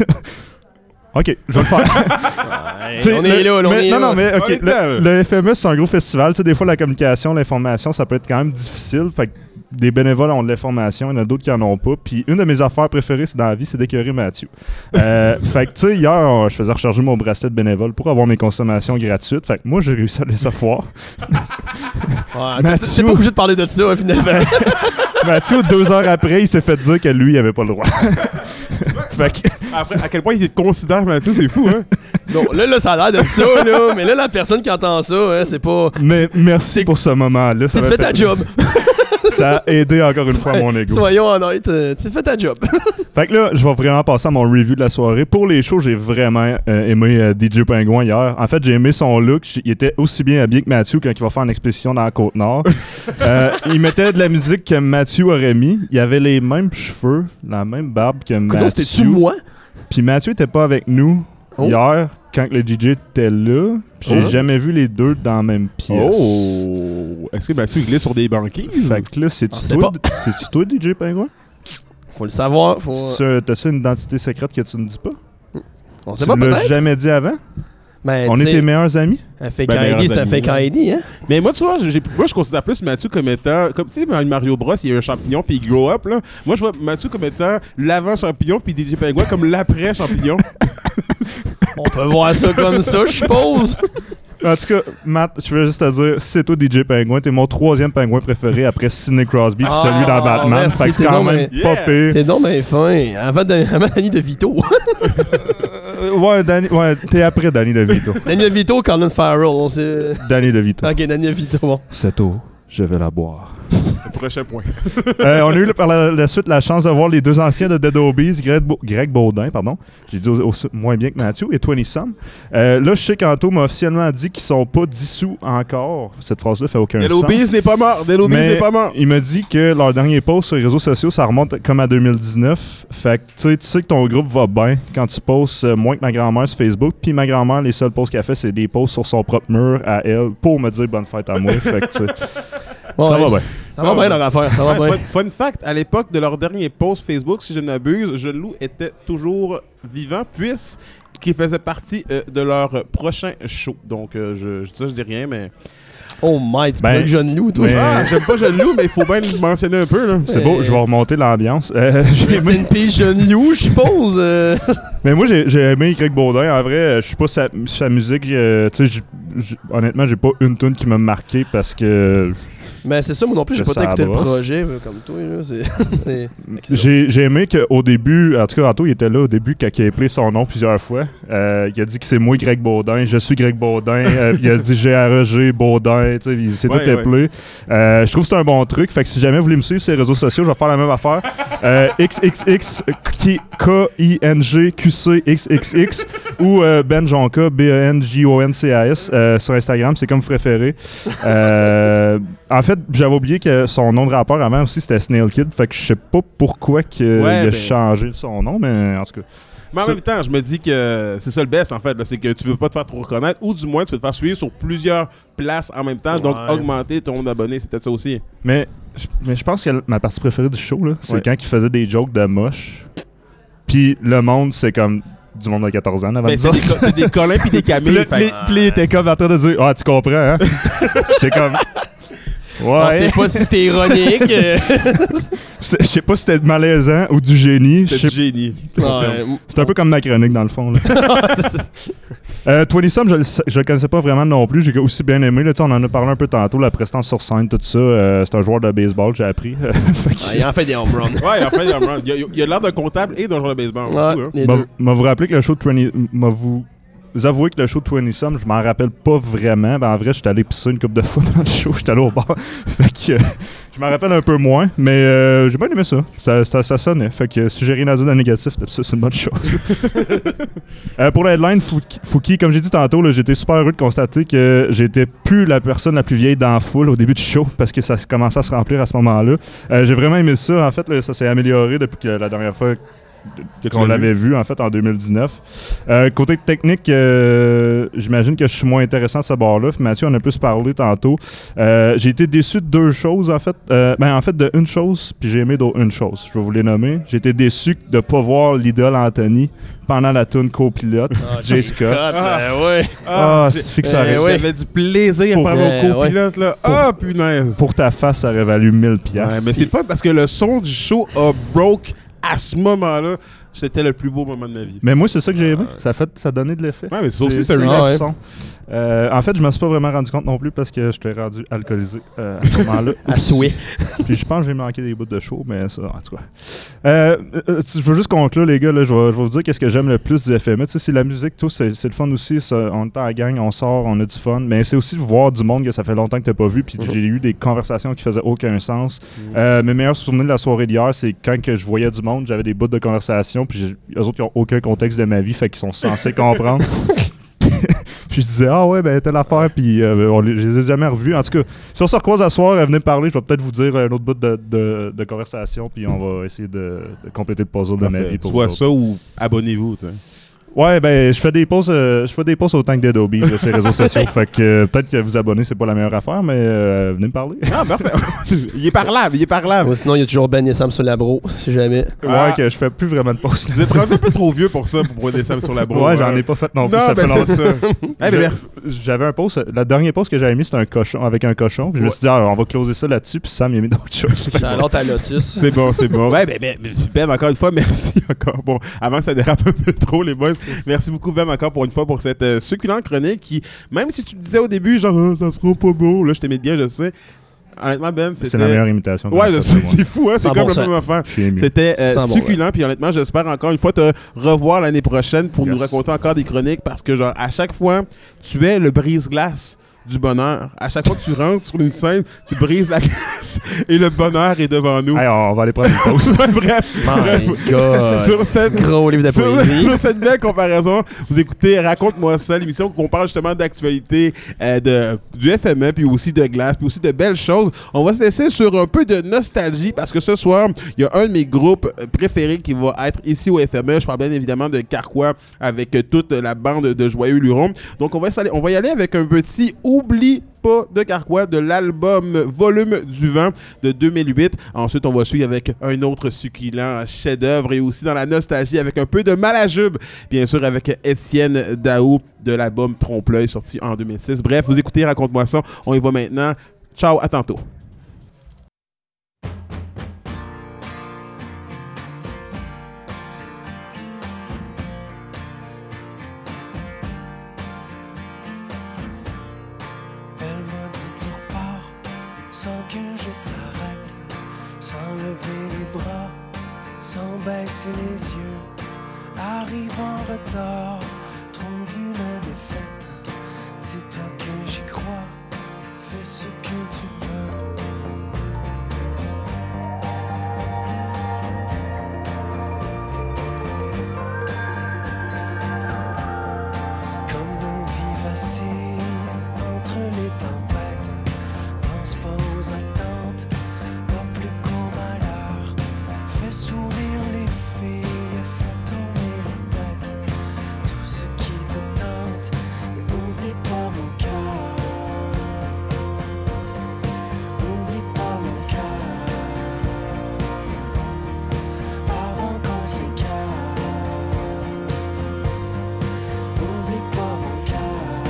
Ok, je vais le faire. Ouais, T'sais, on le- est là, là, on mais- est non, là. non, mais On ok. est dedans, Le, le F M E, c'est un gros festival. Tu sais, des fois, la communication, l'information, ça peut être quand même difficile. Fait que des bénévoles ont de l'information, il y en a d'autres qui en ont pas. Puis une de mes affaires préférées c'est dans la vie, c'est d'écœurer Mathieu. Euh, fait que, tu sais, hier, on- je faisais recharger mon bracelet de bénévole pour avoir mes consommations gratuites. Fait que moi, j'ai réussi à les savoir. Ouais, t'es- Mathieu- T'es pas obligé de parler de ça, hein, finalement. Mathieu, deux heures après, il s'est fait dire que lui, il avait pas le droit. fait que, Après, à quel point il te considère, Mathieu, c'est fou, hein. Non, là, là, ça a l'air de ça, là. Mais là, la personne qui entend ça, hein, c'est pas. mais merci pour ce moment-là. Ça Tu m'a fais ta job. Ça a aidé encore une fois mon ego. Soyons honnêtes, euh, tu fais ta job. Fait que là, je vais vraiment passer à mon review de la soirée. Pour les shows, j'ai vraiment euh, aimé euh, D J Pingouin hier. En fait, j'ai aimé son look. J- Il était aussi bien habillé que Mathieu quand il va faire une expédition dans la Côte-Nord. euh, il mettait de la musique que Mathieu aurait mis. Il avait les mêmes cheveux, la même barbe que Écoute, c'était-tu Mathieu. moi? Puis Mathieu était pas avec nous Oh. hier quand le D J était là. Puis j'ai Oh. jamais vu les deux dans la même pièce. Oh! Est-ce que Mathieu glisse sur des banquises? Fait que là, c'est-tu On sait toi, pas. c'est-tu toi, D J Pingouin? Faut le savoir. Faut... C'est-tu- T'as-ça une identité secrète que tu ne dis pas? On sait Tu pas, l'as peut-être. jamais dit avant? Ben, On tu est sais, tes meilleurs amis? un fake Ben, meilleurs I D, c'est un amis, fake là. I D, hein? Mais moi, tu vois, j'ai- moi, je considère plus Mathieu comme étant. Comme tu sais, dans Mario Bros, il y a un champignon puis il grow up, là. Moi, je vois Mathieu comme étant l'avant-champignon puis D J Pingouin comme l'après-champignon. On peut voir ça comme ça, je suppose. En tout cas, Matt, je veux juste te dire, c'est toi D J Pingouin, t'es mon troisième pingouin préféré après Sidney Crosby puis Ah, celui dans Batman. merci, Fait que t'es c'est quand donc même bien- pas Yeah. pire. T'es donc bien fin. Avant, de, avant Danny DeVito. Euh, ouais, Danny, ouais, t'es après Danny DeVito. Danny DeVito, Colin Farrell. On sait... Danny DeVito. Ok, Danny DeVito, bon. Cette eau, je vais la boire. Le prochain point. Euh, on a eu par la, la suite la chance de voir les deux anciens de Dead Obies, Greg, Bo- Greg Baudin, pardon. J'ai dit au- au- moins bien que Mathieu, et vingt Some. Euh, là, je sais qu'Anto m'a officiellement dit qu'ils sont pas dissous encore. Cette phrase-là fait aucun Dello sens. Bees n'est pas mort. Dello Bees Mais n'est pas mort. il m'a dit que leur dernier post sur les réseaux sociaux, ça remonte comme à deux mille dix-neuf. Fait que tu sais, tu sais que ton groupe va bien quand tu postes euh, moins que ma grand-mère sur Facebook. Puis ma grand-mère, les seuls posts qu'elle fait, c'est des posts sur son propre mur à elle pour me dire bonne fête à moi. Fait que tu sais. Ouais, Ça va ouais, bien. Ça va bien leur affaire, ça va Ouais, bien. fun, fun fact, à l'époque de leur dernier post Facebook, si je ne m'abuse, Jeune Loup était toujours vivant, puisqu'il faisait partie euh, de leur prochain show. Donc, euh, je, ça, je dis rien, mais... Oh my, tu Ben, plug Jeune Loup, toi. mais- Ah, j'aime pas Jeune Loup, mais il faut bien le mentionner un peu, là. C'est Euh, beau, je vais remonter l'ambiance. Euh, j'ai Rest aimé- in peace, Jeune Loup, je suppose. euh. Mais moi, j'ai j'ai aimé Greg Baudin. En vrai, euh, je suis pas sa, sa musique. euh, tu sais, j- j- honnêtement, j'ai pas une tune qui m'a marqué parce que Mais c'est ça, moi non plus, j'ai Que pas ça tant écouté le brosse. projet euh, comme toi. Là. C'est, c'est... j'ai j'ai aimé qu'au début, en tout cas, Anto, il était là au début quand il a appelé son nom plusieurs fois. Euh, il a dit que c'est moi, Greg Baudin. Je suis Greg Baudin. Euh, il a dit G R E G Baudin. Tu sais, il s'est Ouais, tout appelé. Euh, je trouve que c'est un bon truc. Fait que si jamais vous voulez me suivre sur les réseaux sociaux, je vais faire la même affaire. Euh, X X X K I N G Q C X X X ou euh, Ben Jonka B E N J O N C A S euh, sur Instagram, c'est comme vous préférez. Euh, en fait, j'avais oublié que son nom de rappeur avant aussi c'était Snail Kid, fait que je sais pas pourquoi qu'il Ouais, a ben- changé son nom, mais en tout cas. Mais en Ça- même temps, je me dis que c'est ça le best, en fait. là, C'est que tu veux pas te faire trop reconnaître, ou du moins, tu veux te faire suivre sur plusieurs places en même temps. Donc, Ouais. augmenter ton nombre d'abonnés, c'est peut-être ça aussi. Mais, je- mais je pense que ma partie préférée du show, là, c'est Ouais. quand il faisait des jokes de moche. Puis le monde, c'est comme du monde de quatorze ans avant Mais nous c'est autres. des, co- c'est des Colin puis des Puis Camille. là, fait- puis- puis là, il était comme en train de dire Ah, tu comprends, hein? J'étais comme. Je Ouais. sais pas si c'était ironique. euh. C'est- Je sais pas si c'était malaisant ou du génie. Je C'était sais- du génie. Ouais. C'est un peu comme ma chronique, dans le fond. Là. euh, vingt Some, je le, sais- je le connaissais pas vraiment non plus. J'ai aussi bien aimé. Là, tu sais, on en a parlé un peu tantôt, la prestance sur scène, tout ça. Euh, c'est un joueur de baseball, j'ai appris. Fait que- Ah, il en fait des home runs. Ouais, en fait, il y a, il y a- il y a l'air d'un comptable et d'un joueur de baseball. Ouais, Fou, hein. les M'a deux. m'a vous rappelé que le show de vingt m'a vous vous avouez que le show de vingt Some, je m'en rappelle pas vraiment. Ben, en vrai, j'étais allé pisser une couple de fois dans le show. J'étais allé au bar. Fait que euh, je m'en rappelle un peu moins. Mais euh, j'ai bien aimé ça. Ça, ça. ça sonnait. Fait que si j'ai rien à dire de négatif, c'est une bonne chose. Euh, pour la headline, Fouki, Fouki, comme j'ai dit tantôt, là, j'étais super heureux de constater que j'étais plus la personne la plus vieille dans la foule au début du show parce que ça commençait à se remplir à ce moment-là. Euh, j'ai vraiment aimé ça. En fait, là, ça s'est amélioré depuis que la dernière fois Que tu qu'on l'as l'avait vu en fait en deux mille dix-neuf. Euh, côté technique, euh, j'imagine que je suis moins intéressant de ce bord-là. Mathieu en a plus parlé tantôt. Euh, j'ai été déçu de deux choses en fait. Euh, ben en fait de une chose, puis j'ai aimé d'une chose. Je vais vous les nommer. J'ai été déçu de pas voir l'idole Anthony pendant la tune copilote. Jay Scott. euh, ouais. Ah, j'ai- c'est que ça euh, aurait- ouais. J'avais du plaisir Pour- pendant euh, mon copilote, là. Ah, punaise. Pour ta face, ça aurait valu mille Ouais, piastres. mais c'est le fun parce que le son du show a broke à ce moment-là. C'était le plus beau moment de ma vie. Mais moi, c'est ça que j'ai aimé. Ça a fait, ça a donné de l'effet. Ouais, mais ça aussi, c'est c'est un le relax. son. Euh, en fait, je me suis pas vraiment rendu compte non plus parce que j'étais rendu alcoolisé euh, à ce moment-là. À souhait. Puis je pense que j'ai manqué des bouts de show, mais ça, en tout cas. Euh, euh, je veux juste conclure, les gars. Là, je, vais, je vais vous dire qu'est-ce que j'aime le plus du F M E. Tu sais, c'est la musique, tout, c'est, c'est le fun aussi. Ça, on est en gang, on sort, on a du fun. Mais c'est aussi de voir du monde que ça fait longtemps que t'as pas vu. Puis j'ai eu des conversations qui faisaient aucun sens. Euh, mes meilleurs souvenirs de la soirée d'hier, c'est quand que je voyais du monde, j'avais des bouts de conversation. Puis j'ai- eux autres, ils ont aucun contexte de ma vie, fait qu'ils sont censés comprendre. Puis je disais, ah ouais, ben telle affaire, puis euh, on les- je les ai jamais revus. En tout cas, si on se recroise à soir, euh, venez me parler, je vais peut-être vous dire un autre bout de, de, de conversation, puis on va essayer de, de compléter le puzzle de ma vie pour vous Soit autres. ça ou abonnez-vous, tu sais. Ouais, ben je fais des posts, euh, je fais des posts autant que des Adobe sur ces réseaux sociaux, fait que euh, peut-être que vous abonner, c'est pas la meilleure affaire, mais euh, venez me parler. Ah, parfait. il est parlable, il est parlable. Ou sinon, il y a toujours Ben et Sam sur la bro, si jamais. Ah. Ouais, que je fais plus vraiment de posts. Vous êtes rendu un peu trop vieux pour ça, pour prendre des sables sur la bro. Ouais, j'en ai pas fait non plus, Non, ça ben fait c'est longtemps. ça. Eh ben, Je- merci. J'avais un post, le dernier post que j'avais mis, c'était un cochon, avec un cochon, puis je me suis dit, ah, on va closer ça là-dessus, puis Sam, il a mis d'autres choses. Fait que- Charlotte à Lotus. C'est bon, c'est bon. Ouais, ben, ben, Ben, encore une fois, merci encore. Bon, avant que ça dérape un peu trop, les boys. Merci beaucoup, Ben, encore pour une fois, pour cette euh, succulente chronique qui, même si tu me disais au début, genre, Ah, ça sera pas beau, là, je t'aimais bien, je sais. Honnêtement, Ben, c'était. C'est la meilleure imitation. que Ouais, j'ai je faite, sais, moi. c'est fou, hein, c'est cent comme pour la cent. même affaire. Je suis ému. C'était euh, Sans bon, succulent, puis honnêtement, j'espère encore une fois te revoir l'année prochaine pour Yes. nous raconter encore des chroniques parce que, genre, à chaque fois, tu es le brise-glace du bonheur. À chaque fois que tu rentres sur une scène, tu brises la glace et le bonheur est devant nous. Hey, on va aller prendre une pause. Bref, My God. sur cette Gros livre de sur, poésie. sur cette belle comparaison, vous écoutez Raconte-moi ça, l'émission où on parle justement d'actualité euh, de, du F M E, puis aussi de glace, puis aussi de belles choses. On va se laisser sur un peu de nostalgie parce que ce soir, il y a un de mes groupes préférés qui va être ici au F M E. Je parle bien évidemment de Carquois avec toute la bande de Joyeux Lurons. Donc on va, aller, on va y aller avec un petit Oublie pas de Carquois de l'album Volume du vent de deux mille huit. Ensuite, on va suivre avec un autre succulent chef-d'œuvre et aussi dans la nostalgie avec un peu de Malajube, bien sûr avec Étienne Daou de l'album Trompe-l'œil sorti en deux mille six. Bref, vous écoutez Raconte-moi ça. On y va maintenant. Ciao, à tantôt. Sans que je t'arrête, sans lever les bras, sans baisser les yeux, arrive en retard, trouve une défaite. Dis-toi que j'y crois, fais ce que tu peux. Comme nos vies vacillent entre les tempêtes, pense pas aux attentes, pas plus qu'au malheur. Fais sourire les filles, fais tourner les têtes, tout ce qui te tente, mais oublie pas mon cœur. Oublie pas mon cœur, avant qu'on s'écarte. Oublie pas mon cœur.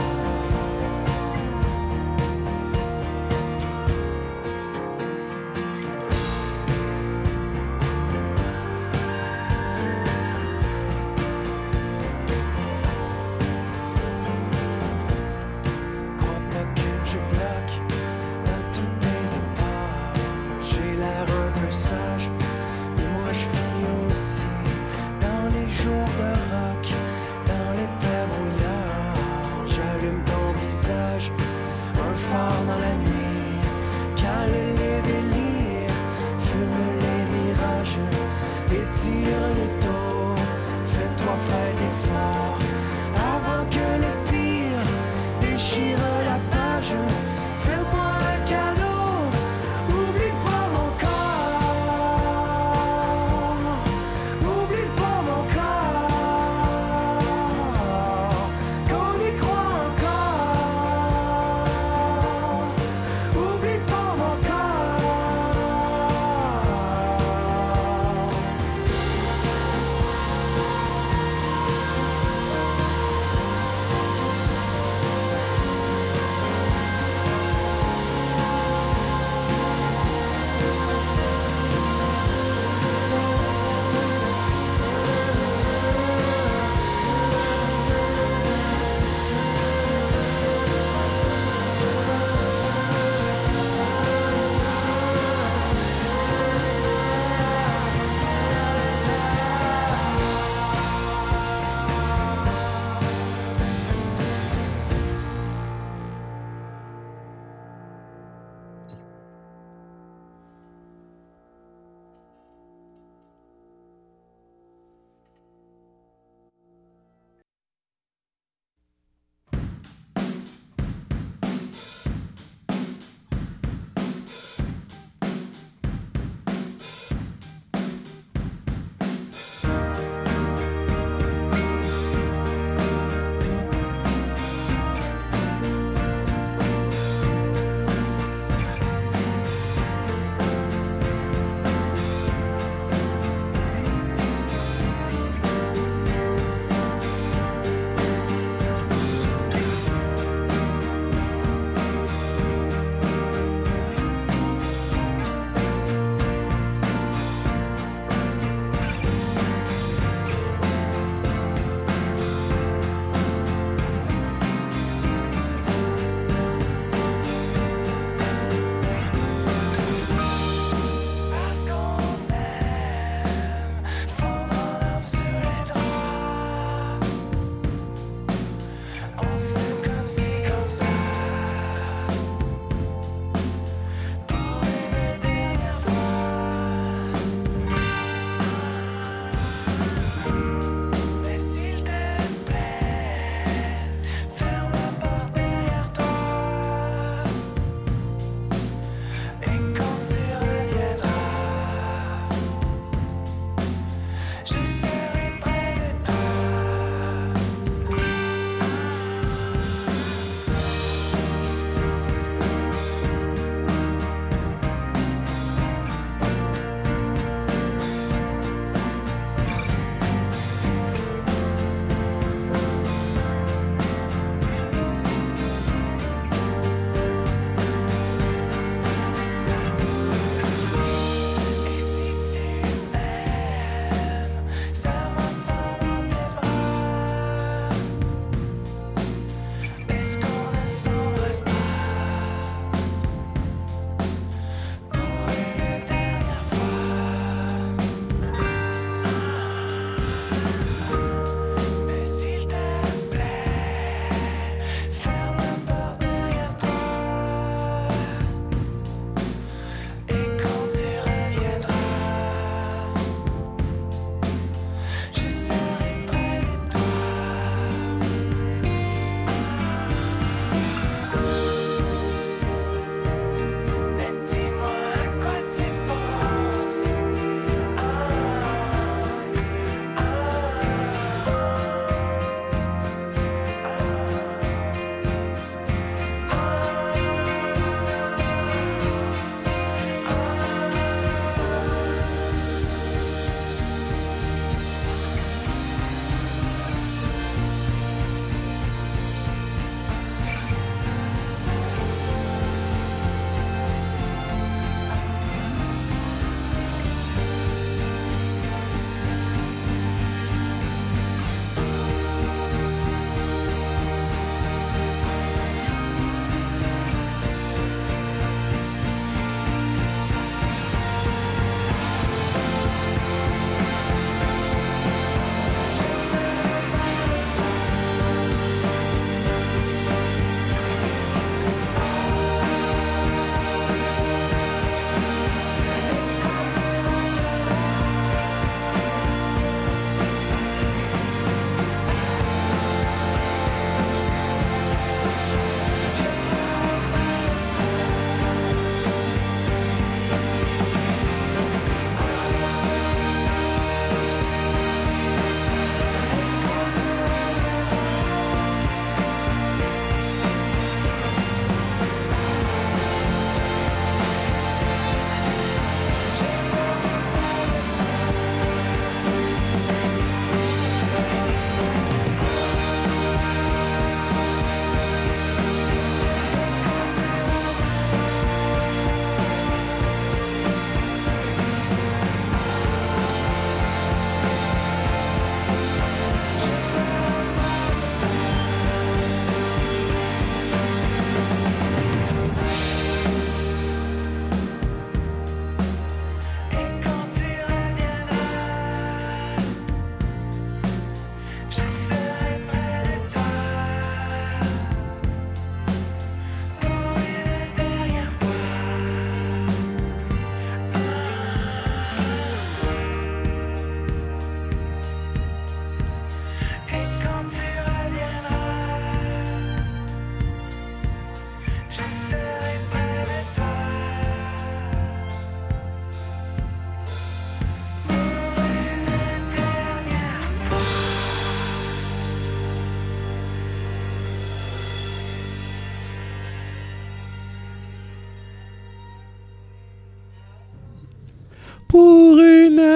Crois pas que je bloque à tous tes départs. J'ai l'air un peu sage, mais moi je vis aussi dans les jours de rock, dans l'été brouillard. J'allume ton visage, un phare dans la nuit, cale les délires, fume les mirages, étire les taux. Fais-toi faire d'efforts avant que le pire déchire la page. Fais-moi un cadeau, oublie pas mon corps. Oublie pas mon corps, qu'on y croit encore. Oublie pas mon corps.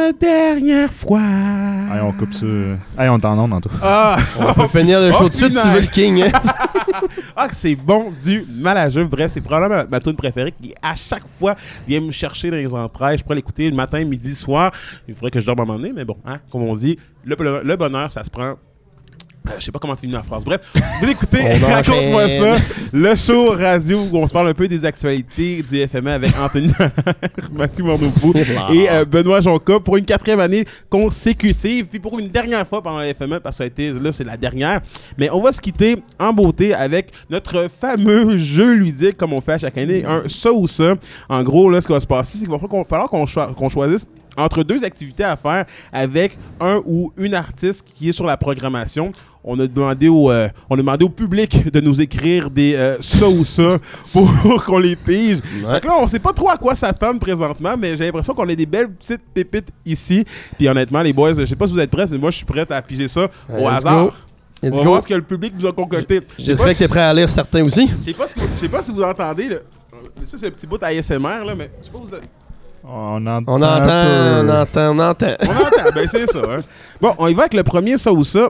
dernière fois. Hey, on coupe ça. Hey, on t'en onde en tout. Ah! On peut finir le show Oh, de suite, tu punaise. veux le king, hein? Ah, que c'est bon du mal à jeu. Bref, c'est probablement ma, ma tune préférée qui, à chaque fois, vient me chercher dans les entrailles. Je pourrais l'écouter le matin, midi, soir. Il faudrait que je dorme à un moment donné, mais bon, hein, comme on dit, le, le, le bonheur, ça se prend. Euh, je sais pas comment finir la phrase. Bref, vous écoutez, On raconte-moi enchaîne. ça. Le show radio où on se parle un peu des actualités du F M A avec Anthony Mathieu Morneau-Pou et euh, Benoît Jonca pour une quatrième année consécutive. Puis pour une dernière fois pendant le F M A, parce que ça a été, là, c'est la dernière. Mais on va se quitter en beauté avec notre fameux jeu ludique, comme on fait à chaque année, un ça ou ça. En gros, là, ce qui va se passer, c'est qu'il va falloir qu'on, cho- qu'on choisisse entre deux activités à faire avec un ou une artiste qui est sur la programmation. On a demandé au, euh, on a demandé au public de nous écrire des euh, ça ou ça pour qu'on les pige. Ouais. Donc là, on sait pas trop à quoi s'attendre présentement, mais j'ai l'impression qu'on a des belles petites pépites ici. Puis honnêtement, les boys, je sais pas si vous êtes prêts, mais moi je suis prêt à piger ça au Let's hasard. go. On Let's va go. voir ce que le public vous a concocté. Je sais J'espère pas que t'es prêt à lire certains aussi. Je sais pas, si- je sais pas si vous entendez. Là. Ça, c'est un petit bout à A S M R, là, mais je sais pas si vous avez- On entend. On un entend, on peu. entend, on entend. On entend, ben c'est ça. Hein. Bon, on y va avec le premier ça ou ça.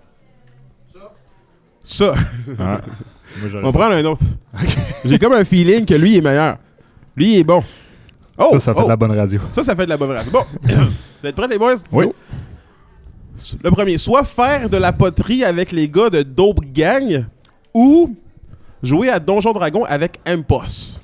Ça. Ah. Moi, j'aurais- On va prendre un autre. J'ai comme un feeling que lui il est meilleur. Lui il est bon. Oh, Ça, ça fait oh. de la bonne radio. Ça, ça fait de la bonne radio. Bon, vous êtes prêts les boys? Let's Oui. go. Le premier, soit faire de la poterie avec les gars de Dope Gang ou jouer à Donjon Dragon avec Impos.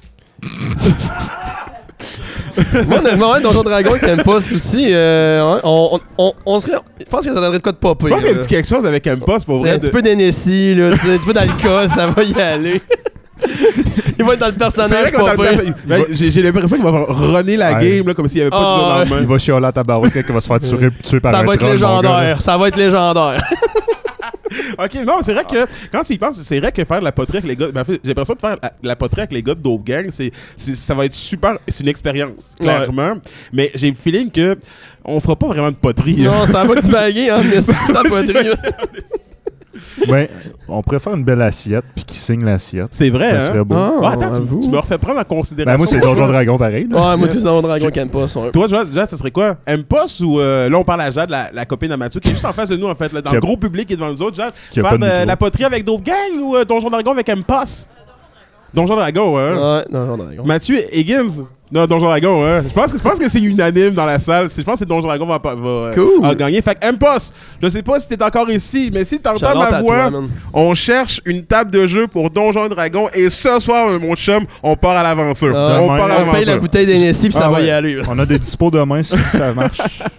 Moi, honnêtement, ouais, Donjon Dragon avec Tempos aussi, euh, ouais, on, on, on, on serait. Je pense que ça donnerait de quoi de popper. Je pense qu'il y a là. dit quelque chose avec Impos pour C'est vrai. un petit de- peu d'Hennessy, là, tu sais, un petit peu d'alcool, ça va y aller. Il va être dans le C'est personnage vrai qu'on pas a le pire. perso- Ben, J'ai j'ai l'impression qu'il va runner la Ouais. game là, comme s'il n'y avait pas Ah, de jour au ouais. lendemain. Il va chialer à ta barouette quand il va se faire tuer, tuer par Ça un va être troll, mon gars, là. légendaire, ça va être légendaire. Ok, non, c'est vrai que quand tu y penses, c'est vrai que faire de la poterie avec les gars. Ben, en fait, j'ai l'impression de faire la, la poterie avec les gars de Dope Gang, c'est, c'est- ça va être super. C'est une expérience, clairement. Mais j'ai le feeling que on fera pas vraiment de poterie. Non, ça va divaguer, hein, mais c'est la poterie. Ben, on préfère une belle assiette puis qui signe l'assiette. C'est vrai, Ça hein? serait beau. Ah, Ah, attends, tu, avoue. tu me refais prendre en considération. Ben, moi, c'est Donjon Dragon pareil. là. Ouais, moi, tous dans mon dragon Campos. Ouais. Toi, Jade, Jade, ça serait quoi? Impos ou euh, là, on parle à Jade, la, la copine de Mathieu, qui est juste en face de nous, en fait, là, dans Qui le a- gros public qui est devant nous autres. Jade, qui a faire pas de de micro. la poterie avec Dope Gang ou euh, Donjon Dragon avec Impos? Donjon Dragon, hein? Ouais, Donjon Dragon. Mathieu Higgins, non, Donjon Dragon, hein? Je pense que, je pense que c'est unanime dans la salle. Je pense que Donjon Dragon va, va, va Cool. va gagner. Fait que Impos, je sais pas si t'es encore ici, mais si t'entends Shout-out ma à voix, toi, man. on cherche une table de jeu pour Donjon Dragon et ce soir, mon chum, on part à l'aventure. Ah, on part à on On paye la l'aventure. bouteille d'Hennessy puis ça Ah, va ouais. y aller. On a des dispos demain si ça marche.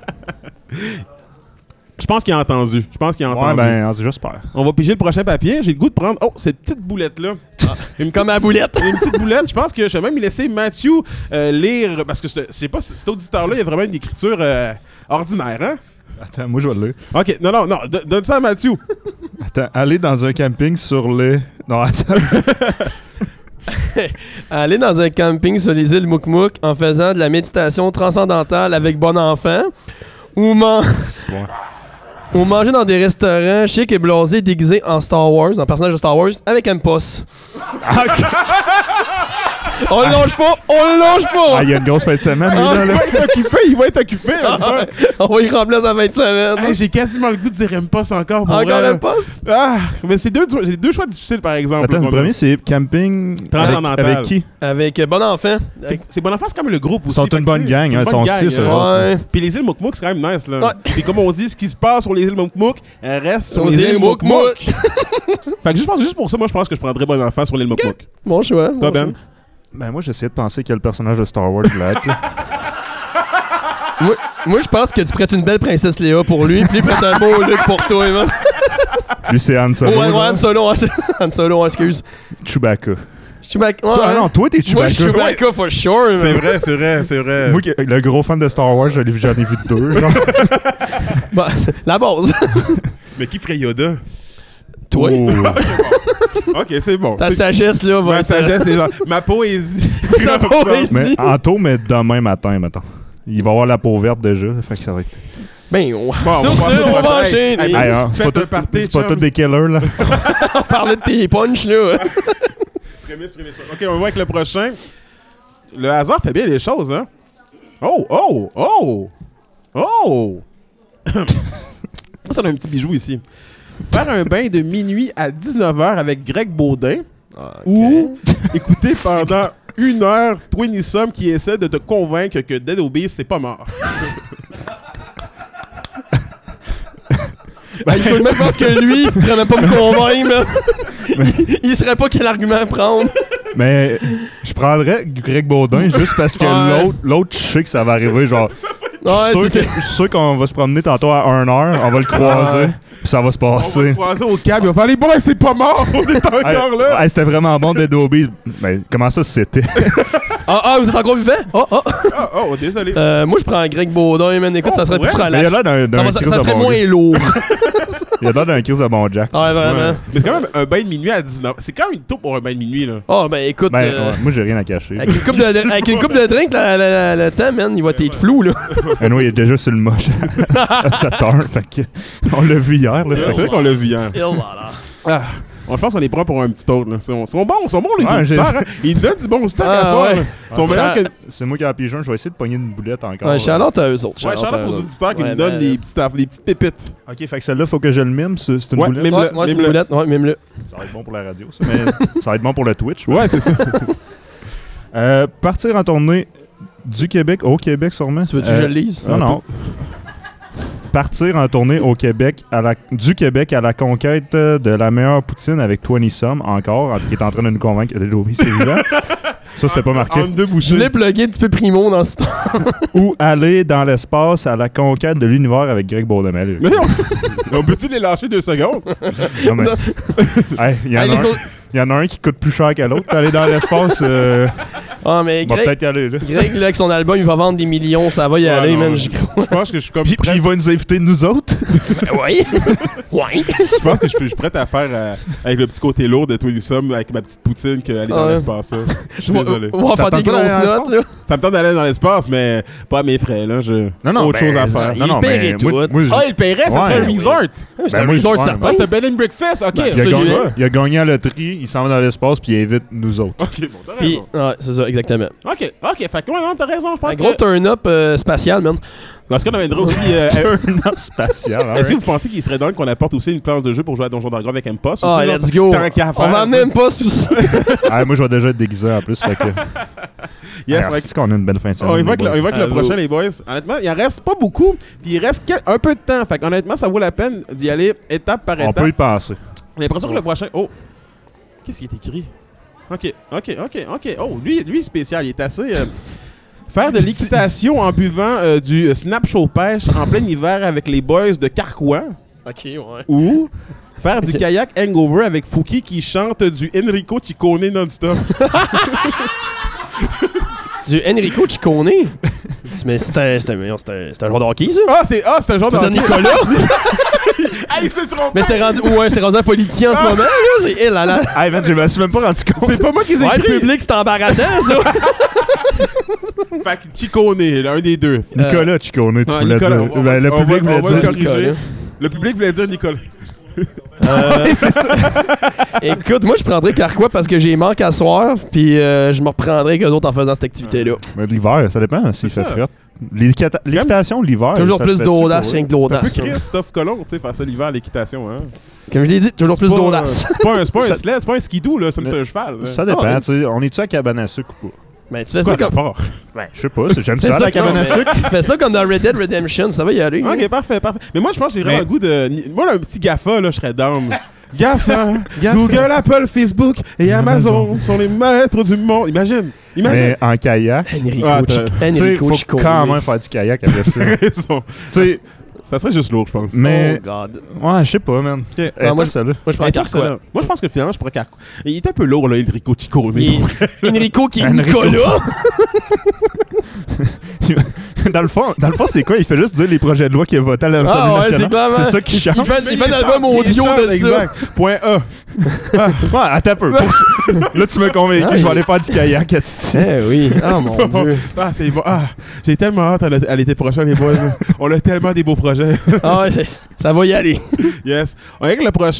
Je pense qu'il a entendu. Je pense qu'il a Ouais, entendu. ben, j'espère. On va piger le prochain papier. J'ai le goût de prendre. Oh, cette petite boulette-là. Une, Comme à boulette. une petite boulette. Je pense que je vais même laisser Mathieu euh, lire. Parce que ce- je sais pas, cet auditeur-là, il a vraiment une écriture euh, ordinaire, hein? Attends, moi, je vais le lire. Ok, non, non, non. d- Donne ça à Mathieu. Attends, aller dans un camping sur les. Non, attends. Aller dans un camping sur les îles Moukmouk en faisant de la méditation transcendantale avec bon enfant ou, man- bon. ou manger dans des restaurants chic et blasés déguisés en Star Wars, en personnage de Star Wars, avec Impos. On le longe pas! On le longe Ah, pas! il y a une grosse fin de semaine, lui, Il là, là. va être occupé, il va être occupé. enfin. On va y remplir sa fin de semaine. Hey, j'ai quasiment le goût de dire Impos encore. Pour Encore vrai. Impos? Ah, mais c'est deux, c'est deux choix difficiles, par exemple. Attends, qu'on le a. premier, c'est camping. Avec, Transcendantal. avec qui? Avec euh, bon enfant. C'est- C'est bon enfant, c'est comme le groupe aussi. Ils sont Fait que, une bonne tu sais, gang, c'est hein, une ils bonne sont gang, six, hein. eux autres. Ouais. Puis les îles Moukmouk, c'est quand même nice, là. Ouais. Puis comme on dit, ce qui se passe sur les îles Moukmouk euh, reste sur Sur les les îles îles Moukmouk. Moukmouk. Fait que je pense juste pour ça, moi, je pense que je prendrais bon enfant sur l'île Moukmouk. Bon choix. bon Toi, Ben? choix. Ben, moi, j'essayais de penser quel personnage de Star Wars voulait être, là. Moi, moi je pense que tu prêtes une belle princesse Léa pour lui, puis lui prête un beau look pour toi, man. Lui, c'est Han Solo. Oh, ouais, ouais, là. Han Solo, Han Han Solo, excuse. Chewbacca. Chewbacca. Ouais, Toi, ah non, toi, t'es moi, Chewbacca. je suis Chewbacca for sure, C'est man. vrai, c'est vrai, c'est vrai. Moi, qui- le gros fan de Star Wars, j'en ai vu, j'en ai vu deux. genre. Bah, la base. Mais qui ferait Yoda? Toi, Oh. Ok, c'est bon. ta C'est- sagesse, là, va Ma être- sagesse, les gens. Ma poésie. Ta poésie. Mais Anto, mais demain matin, mettons. Il va avoir la peau verte déjà, fait que ça va être. Ben, on... Bon, sur on va ce, passer au on va prochain. enchaîner. Hey, Hey, hein, c'est Faites pas, un tout- party, c'est pas chum. tous des killers, là. On parlait de tes punch, là. Prémisse, prémisse. Ok, on va voir avec le prochain. Le hasard fait bien les choses, hein? Oh, oh, oh! Oh! Ça, on a un petit bijou ici. Faire un bain de minuit à dix-neuf heures avec Greg Baudin Okay. ou écouter pendant une heure Twenty Some qui essaie de te convaincre que Dead Obeez, c'est pas mort. Ben, il faut même pense que lui, il pourrait même pas me convaincre. il, il saurait pas quel argument prendre. Mais je prendrais Greg Baudin juste parce que Ouais. l'autre, l'autre, je sais que ça va arriver. Genre, Ouais, je suis sûr c'est que- je suis sûr qu'on va se promener tantôt à une heure, on va le croiser, Ouais. puis ça va se On va passer. le croiser au câble, il va faire les boys, c'est pas mort, on est encore Hey, là. hey, c'était vraiment bon Dead Obeez. Ben, comment ça c'était? Ah, ah, vous êtes encore vivant? Oh, oh. Ah, oh, désolé. Euh, moi, je prends Greg Baudin, man. Écoute, Oh, ça serait ouais? plus Mais il a relax. l'air d'un, Ça, d'un va- ça- Chris ça de serait bon moins gars. lourd. Il a l'air d'un Chris de bon Jack. Ouais, vraiment. Ouais. Mais c'est quand même un bain de minuit à dix-neuf. C'est quand même tôt pour un bain de minuit, là. Oh, ben écoute, Ben, euh, ouais, moi j'ai rien à cacher. avec une coupe de, avec une coupe de drink, la- la- la- le temps, man, il va être flou, là. Et nous, il est déjà sur le moche à sept heures. Fait que, on l'a vu hier. Là, C'est fait vrai que- qu'on l'a vu hier. Et voilà. Ah. Bon, je pense qu'on les prend pour un petit autre. Là. Ils sont, sont bons, ils sont bons les Ouais, auditeurs. j'ai- Hein. Ils donnent du bon stock Ah, à soir. ouais. là. Ils sont meilleurs que... C'est moi qui ai la pigeon, je vais essayer de pogner une boulette encore. Ouais, Charlotte à eux autres. Ouais, Charlotte à eux aux autres. auditeurs qui Ouais, nous donnent ben, des petites, aff- des petites pépites. Ok, fait que celle-là, faut que je le mime. C'est, c'est une Ouais, boulette. mime- Ouais, le- ouais, c'est même une le- boulette. Ouais, même le. Ça va être bon pour la radio, ça. Mais ça va être bon pour le Twitch. Ouais, c'est ça. Euh, partir en tournée du Québec au Québec, sûrement. Tu veux-tu Euh, que je le lise? Non, non. Partir en tournée au Québec, à la, du Québec à la conquête euh, de la meilleure poutine avec Twenty Some, encore, en- qui est en train de nous convaincre que Dead Obeez, c'est évident. Ça, c'était pas marqué. Entre deux Je bouchées. voulais plugger un petit peu Primo dans ce temps. Ou aller dans l'espace à la conquête de l'univers avec Greg Baudin. Mais Mais non! On peut-tu les lâcher deux secondes? non, mais... Hey, il y, en Hey, a les un- autres- il y en a un qui coûte plus cher que l'autre. Aller dans l'espace, euh, Ah, mais on va Greg, peut-être y aller. Là. Greg, là, avec son album, il va vendre des millions. Ça va y Ouais, aller, non, man. ouais. J'y crois. Je pense que je suis comme Puis, puis prêt. il va nous inviter, nous autres. Oui. Oui. Je pense que je suis je suis prêt à faire euh, avec le petit côté lourd de Twenty Some avec ma petite poutine qu'aller dans Ouais. l'espace. ça. Je suis On va- désolé. On va Ça faire des tente pas d'aller grosses dans notes, là. Ça me tente d'aller dans l'espace, mais pas à mes frais. Là. Je... Autre chose à faire. Non, non, Il paierait mais tout. moi, moi, je- Ah, il paierait, ça Ouais, serait un oui. resort. C'est Ben un oui, resort ouais, certain. Ah, c'est un bed and breakfast. Ok. il, a ça, j'y gagné, vais. il a gagné à la loterie, il s'en va dans l'espace, puis il invite nous autres. Ok, bon, t'as Puis, raison. ouais, c'est ça, exactement. Ok, ok, fait que ouais, non, t'as raison. Je pense Un gros que. turn-up euh, spatial, man. Parce qu'on amènerait aussi. euh, euh, Turn-up spatial. Est-ce que alright. vous pensez qu'il serait dingue qu'on apporte aussi une planche de jeu pour jouer à Donjon Dragon avec M-Post? Ah, aussi, là? let's go. Tant qu'à On faire, va amener ouais. un poste aussi. Ah, moi, je vais déjà être déguisé en plus. Fait que... Yes, Alors, ouais. c'est qu'on a une belle fin de semaine. On les évoque, le, boys. on évoque le Bravo. prochain, les boys. Honnêtement, il en reste pas beaucoup, puis il reste quel- un peu de temps. Fait honnêtement, ça vaut la peine d'y aller étape par On étape. peut y penser. J'ai l'impression que le prochain. Oh! Qu'est-ce qui est écrit? Ok, ok, ok, ok. Oh, lui, lui spécial, il est assez. euh, Faire de l'équitation en buvant euh, du Snap Show Pêche en plein hiver avec les boys de Carquois. Ok, ouais. Ou faire du Ok. kayak hangover avec Fouki qui chante du Enrico Ciccone non-stop. Du Enrico Ciccone. Mais c'est un, c'est un, c'est un, c'est un joueur de hockey, ça. Ah, c'est ah, c'est un genre de. C'est de Nicolas. Ah, il s'est trompé! Mais c'était rendu, ouais, c'était rendu un politicien en ce moment, là. C'est il, là, là. Hey, man, je me suis même pas rendu compte. C'est pas moi qui les ai Ouais, le écrits! public, c'est embarrassant, ça. Fait que Ciccone, l'un des deux. Nicolas Ciccone, tu Ouais, voulais Nicolas, dire. on va- Ben, le on va- public on va voulait le dire. corriger. Nicolas. Le public voulait dire Nicolas. Euh, Écoute, moi, je prendrais Carquois parce que j'ai manque à soir, puis euh, je me reprendrai que d'autres en faisant cette activité-là. Mais l'hiver, ça dépend s'il C'est fait ça. fret. L'équita- L'équitation, l'hiver. Toujours ça plus se fait-tu d'audace, pour rien eux? que de C'est un peu l'audace. là. Christophe Colomb, tu sais, faire ça l'hiver à l'équitation. Hein. Comme je l'ai dit, toujours plus C'est pas- d'audace. C'est pas un, c'est pas un Ça- sled, c'est pas un skidoo, là, c'est Mais- c'est un cheval. là. Ça dépend, Ah, ouais. tu sais. On est-tu à cabane à sucre ou pas? Ben, tu fais Quoi ça comme. rapport? Ben, je sais pas, c'est- j'aime Tu fais ça, ça la cabane non, à mais- sucre. Tu fais ça comme dans Red Dead Redemption, ça va y aller. Ok, parfait, parfait. Mais moi, je pense que j'ai vraiment Mais- le goût de. ni- Moi, là, un petit GAFA, là, je serais down. GAFA, Google, Apple, Facebook et Amazon sont les maîtres du monde. Imagine, imagine. Mais en kayak, Enrico, Ah, Cic- t'as- tu sais, Enrico faut Ciccone. quand même faire du kayak après ça. Raison. Tu sais, Ça serait juste lourd, je pense. mais. Oh, God. Ouais, je sais pas, man. Ok. Eh, moi, toi, je- celle-là. Moi, je prends Hey, toi, Carquois. celle-là. Moi, je pense que finalement, je pourrais Carquois. Il est un peu lourd, là, Enrico Ciccone. Et Enrico qui est Enrico. Nicolas. dans le fond, dans le fond, c'est quoi? Il fait juste dire les projets de loi qu'il a votés à l'Assemblée Ah ouais, nationale. c'est clairement. C'est ça qu'il chante. Il fait, il fait un album Il audio chante, de ça. exact. Point A. Ouais, attends un peu. Pour ça- Là, tu m'as convaincu. Ah, je vais il- aller faire du kayak. esti. Eh oui. Oh mon dieu. Ah, c'est bon. Ah, j'ai tellement hâte à l'é- à l'été prochain, les boys. On a tellement des beaux projets. Ah ouais, c'est- ça va y aller. Yes. On avec le prochain.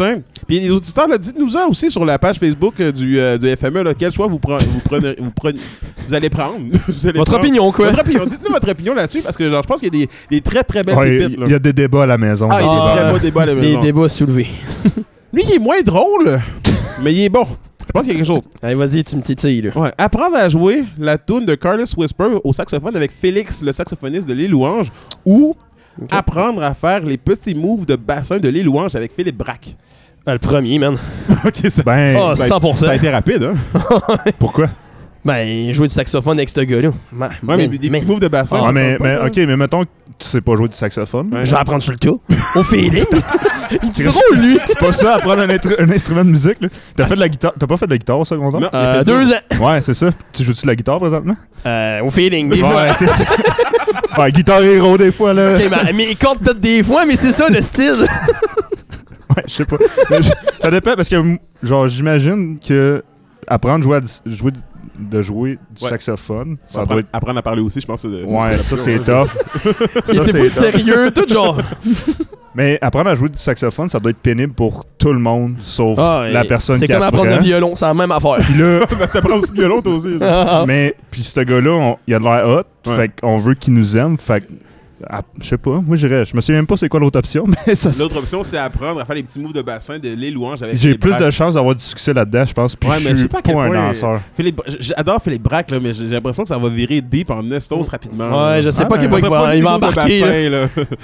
Puis les auditeurs, là, dites-nous ça aussi sur la page Facebook euh, du, euh, du F M E, là, quel choix vous, pre- vous, prenez, vous, prenez, vous allez prendre. Vous allez Votre prendre. opinion, quoi. Votre opinion. Dites-nous votre opinion là-dessus, parce que genre, je pense qu'il y a des, des très très belles Ouais, pépites. il y a des débats à la maison. Ah, il y a des Ah, très beaux débats à la Les maison. débats soulevés. Lui, il est moins drôle, mais il est bon. Je pense qu'il y a quelque chose. Allez, vas-y, tu me titilles, là. Ouais. Apprendre à jouer la tune de Carlos Whisper au saxophone avec Félix, le saxophoniste de Les Louanges, ou Ok. apprendre à faire les petits moves de bassin de Les Louanges avec Philippe Braque. Ah, le premier, man. Ok, ça, Ben, Ah, ça a- cent pour cent. ça a été rapide, hein? pourquoi? Ben, jouer du saxophone avec ce gars-là. Ma- Ouais, mais man, des man. petits moves de bassin. Ah, ça mais, compte pas, mais hein? ok, mais mettons que tu sais pas jouer du saxophone. Ouais. Je vais apprendre sur le tas. Au feeling. Il dit drôle, lui. C'est pas ça, apprendre un, intru- un instrument de musique. Là. T'as fait de la guitare. T'as pas fait de la guitare au secondaire? Non. Euh, Il a fait deux ça. ans. Ouais, c'est ça. Tu joues-tu de la guitare présentement? Euh, au feeling, des fois. Ouais, c'est ça. Ouais, guitare héros des fois, là. Ok, ben, mes cordes pètent des fois, mais c'est ça le style. Ouais, je sais pas. Mais je- ça dépend parce que, m- genre, j'imagine que apprendre jouer à du- jouer de jouer du Ouais. saxophone, ça apprendre, doit être. apprendre à parler aussi, je pense que c'est... Ouais, ça c'est tough. Il Ça, était c'est fou tough. sérieux, tout genre. Mais apprendre à jouer du saxophone, ça doit être pénible pour tout le monde, sauf Ah, la et personne C'est qui comme apprend. apprendre le violon, c'est la même affaire. Puis là, Ça prend aussi le violon, toi aussi. Ah, mais puis ce gars-là, on- il a de l'air hot, Ouais. fait qu'on veut qu'il nous aime, fait que, ah, je sais pas, moi j'irais, je me souviens même pas c'est quoi l'autre option, mais ça L'autre option, c'est apprendre à faire les petits moves de bassin de Les Louanges avec j'ai Philippe plus de Braque. chances d'avoir du succès là-dedans, je pense, puis Ouais, mais je je sais suis pas à pas, quel un point- danseur. Philippe, j'adore Philippe Braque, là, mais j'ai l'impression que ça va virer deep en estos rapidement. Ouais, je sais Ah, pas quel ben, point il Ça sera va, pas il va des moves de embarquer. là. bassin,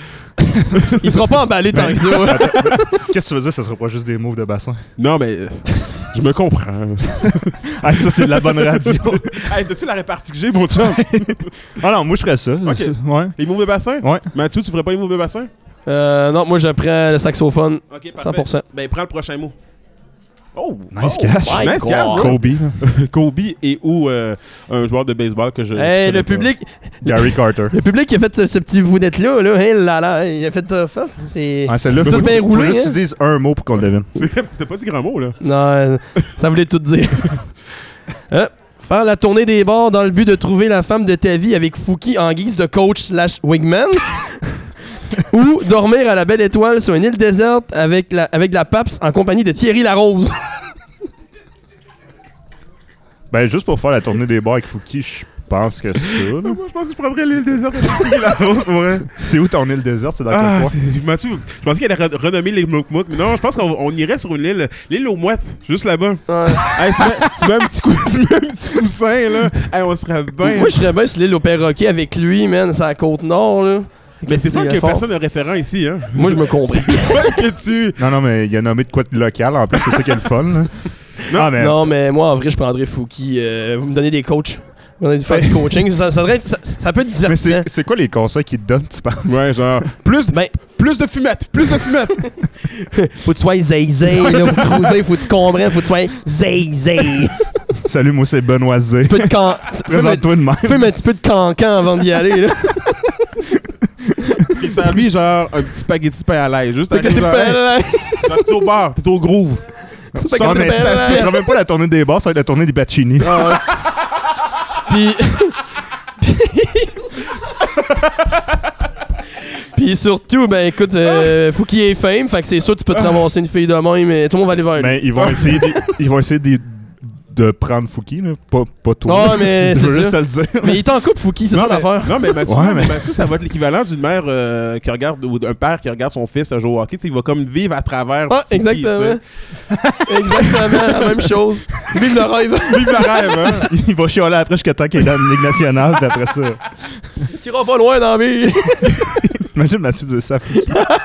là. Il sera pas emballé tant que ça. Qu'est-ce que tu veux dire, ça sera pas juste des moves de bassin? Non, mais euh, je me comprends. Ah, ça c'est de la bonne radio. Hey, t'as-tu la répartie que j'ai, mon chum? Ah non, moi je ferais ça. C'est- Ouais. Les moves de bassin? Ouais. Mathieu, tu ferais pas les moves de bassin? Euh, non, moi je prends le saxophone. Ok, parfait. cent pour cent. Ben, prends le prochain mot. Oh! Nice oh, catch. my Nice God. catch, bro. Kobe, Kobe et ou euh, un joueur de baseball que je. Hey, je connais le pas. public, Gary Carter. le public qui a fait ce, ce petit vounette-là, là, hey là là, il a fait euh, fa- c'est... Ah, celle-là, C'est faut, tout bien faut roulé, juste que hein? tu dises un mot pour qu'on le devine. C'était pas dit grand mot, là. Non, euh, ça voulait tout dire. Euh, faire la tournée des bars dans le but de trouver la femme de ta vie avec Fouki en guise de coach slash wingman. Ou dormir à la belle étoile sur une île déserte avec la, avec la Paps en compagnie de Thierry Larose. Ben, juste pour faire la tournée des bars avec Fouki, je pense que c'est ça. là. Moi, je pense que je prendrais l'île déserte avec Thierry Larose, pour vrai. C'est où ton île déserte? C'est dans Ah, quel coin? c'est- Mathieu, je pensais qu'elle allait re- renommer les Mouk Mouk, mais non, je pense qu'on on irait sur une île, l'île aux mouettes, juste là-bas. Hey, tu, mets, tu, mets un petit coup, tu mets un petit coussin, là. Hey, on serait bien. Moi, je serais bien sur l'île au perroquet avec lui, man, c'est la côte nord, là. Mais c'est sûr Petit que fort. personne n'a référent ici, hein. Moi, je me comprends. que tu. Non, non, mais il a nommé de quoi de local. En plus, c'est ça qui est le fun. Là. Non, Ah, mais Non, mais moi, en vrai, je prendrais Fouki. Euh, vous me donnez des coachs. Vous me donnez faire du coaching. Ça, ça, devrait être- ça, ça peut être mais divertissant. c'est c'est quoi les conseils qu'il te donne, tu penses? Ouais, genre. Plus, Ben, plus de fumette, plus de fumette. faut que tu sois zay-zay, là, pour cruiser, faut que tu comprennes, faut que tu sois zay-zay. Salut, moi c'est Benoît Zé. Tu peux te can... tu- Fume un, Présente-toi de même. fume un petit peu de cancan avant d'y aller, là. Puis ça lui, genre, un petit spaghetti pain à l'ail. Juste Fait que arrive, t'es genre, pas- hey, genre, t'es au bar, t'es au groove. Fait que Ah, t'es mais pas- ça, ça sera même pas la tournée des bars, ça va être la tournée des Bacchini. Ah, ouais. Puis... Puis surtout, ben écoute, euh, faut qu'il y ait fame, fait que c'est sûr tu peux te ramasser une fille de même, mais tout le monde va aller vers lui. Mais ils vont essayer, de, ils vont essayer de, de prendre Fouki, là. Pas, pas toi. Ah, mais Je c'est veux juste te ça. le dire. Mais il est en couple, Fouki, c'est non, ça mais, l'affaire. non, mais Mathieu, Ouais, mais- Mathieu, ça va être l'équivalent d'une mère euh, qui regarde, ou d'un père qui regarde son fils jouer au hockey. Tu sais, il va comme vivre à travers. Ah, Fouki, exactement. tu Exactement, la même chose. Vive le rêve. sais. Vive le rêve, hein. Il va chialer après jusqu'à temps qu'il est dans la Ligue nationale, puis après ça. Tu iras pas loin dans la vie. Imagine Mathieu dire ça à Fouki.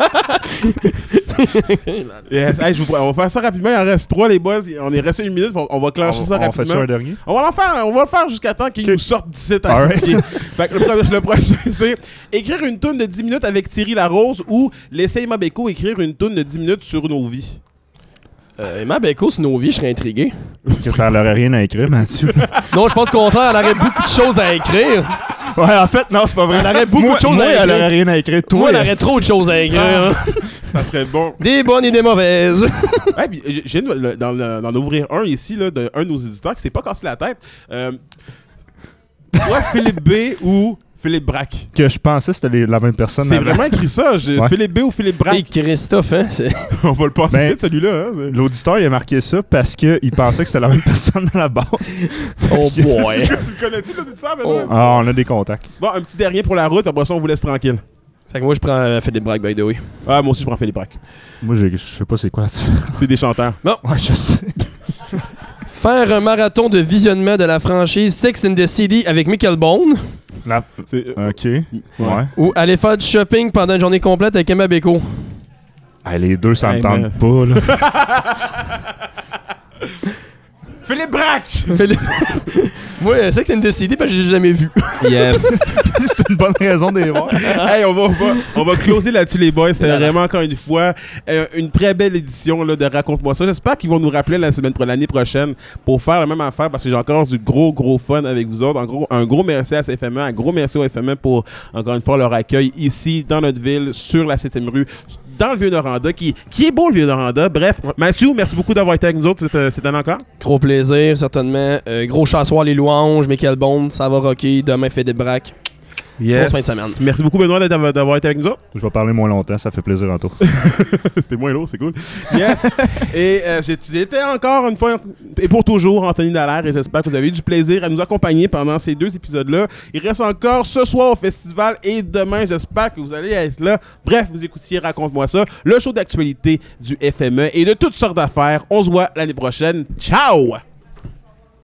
Yes. Hey, je vous, on va faire ça rapidement. Il en reste trois, les boys. On est resté une minute. On, on va clencher On, ça on fait rapidement. ça un dernier? On va en faire, on va le faire jusqu'à temps qu'ils Ok. nous sortent d'ici. à- Alright. Ok. Fait que le, pro- le prochain, c'est écrire une toune de dix minutes avec Thierry Larose ou laisser Emma Beko écrire une toune de dix minutes sur nos vies. Euh, Emma Beko, c'est nos vies, je serais intrigué. Que ça n'aurait rien à écrire, Mathieu. Non, je pense qu'au contraire, elle aurait beaucoup de choses à écrire. Ouais, en fait, non, c'est pas vrai. Elle aurait beaucoup moi, de choses moi, à elle écrire. aurait rien à écrire. Toi, Moi, elle aurait est-ce- trop de choses à écrire. Ah. hein. Ça serait bon. Des bonnes et des mauvaises. Ouais, puis, euh, je viens de- le- d'en le- d'en ouvrir un ici, là, d'un de nos éditeurs qui s'est pas cassé la tête. Euh, soit Philippe B ou Philippe Braque. Que je pensais que c'était les- la même personne. C'est avant. vraiment écrit ça. je- Ouais. Philippe B ou Philippe Hey, Braque. Christophe, hein? c'est- On va le passer Ben, vite, celui-là. Hein, c'est- L'auditeur, il a marqué ça parce qu'il pensait que c'était la même personne à la base. Oh boy! tu le connais-tu, là, de ça, Benoît? Oh. Ah, on a des contacts. Bon, un petit dernier pour la route, après ça, on vous laisse tranquille. Fait que moi, je prends euh, Philippe Braque, by the way. Ah, moi aussi, je prends Philippe Braque. Moi, j'ai- je sais pas c'est quoi la différence. C'est des chanteurs. Ouais, je sais. Faire un marathon de visionnement de la franchise Sex and the City avec Michael Bone. La- C'est... Ok. Ouais. Ou aller faire du shopping pendant une journée complète avec Emma Beko. Ah, les deux, ça me Hey, tente man. pas, là. Philippe Braque! Philippe- moi, euh, Sex and the City, parce que j'ai jamais vu. Yes! C'est une bonne raison de les voir. Hey, on va, on va, on va closer là-dessus, les boys. C'était vraiment, encore une fois, euh, une très belle édition là, de Raconte-moi ça. J'espère qu'ils vont nous rappeler la semaine pour l'année prochaine pour faire la même affaire parce que j'ai encore du gros, gros fun avec vous autres. En gros, un gros merci à C F M E, un gros merci au F M E pour, encore une fois, leur accueil ici, dans notre ville, sur la septième rue, dans le Vieux-Noranda, qui, qui est beau, le Vieux-Noranda. Bref, Ouais. Mathieu, merci beaucoup d'avoir été avec nous autres cette, cette année encore. Gros plaisir, certainement. Euh, gros chassoir, les louanges, Michael Bone, ça va rocker. Demain, Philippe Braque. Grosse fin de semaine. Merci beaucoup, Benoît, d'être- d'avoir été avec nous autres. Je vais parler moins longtemps, ça fait plaisir en tout. C'était moins lourd, c'est cool. Yes. Et euh, j'ai- j'étais encore une fois et pour toujours Anthony Dallaire et j'espère que vous avez eu du plaisir à nous accompagner pendant ces deux épisodes-là. Il reste encore ce soir au festival et demain, j'espère que vous allez être là. Bref, vous écoutiez Raconte-moi ça, le show d'actualité du F M E et de toutes sortes d'affaires. On se voit l'année prochaine. Ciao!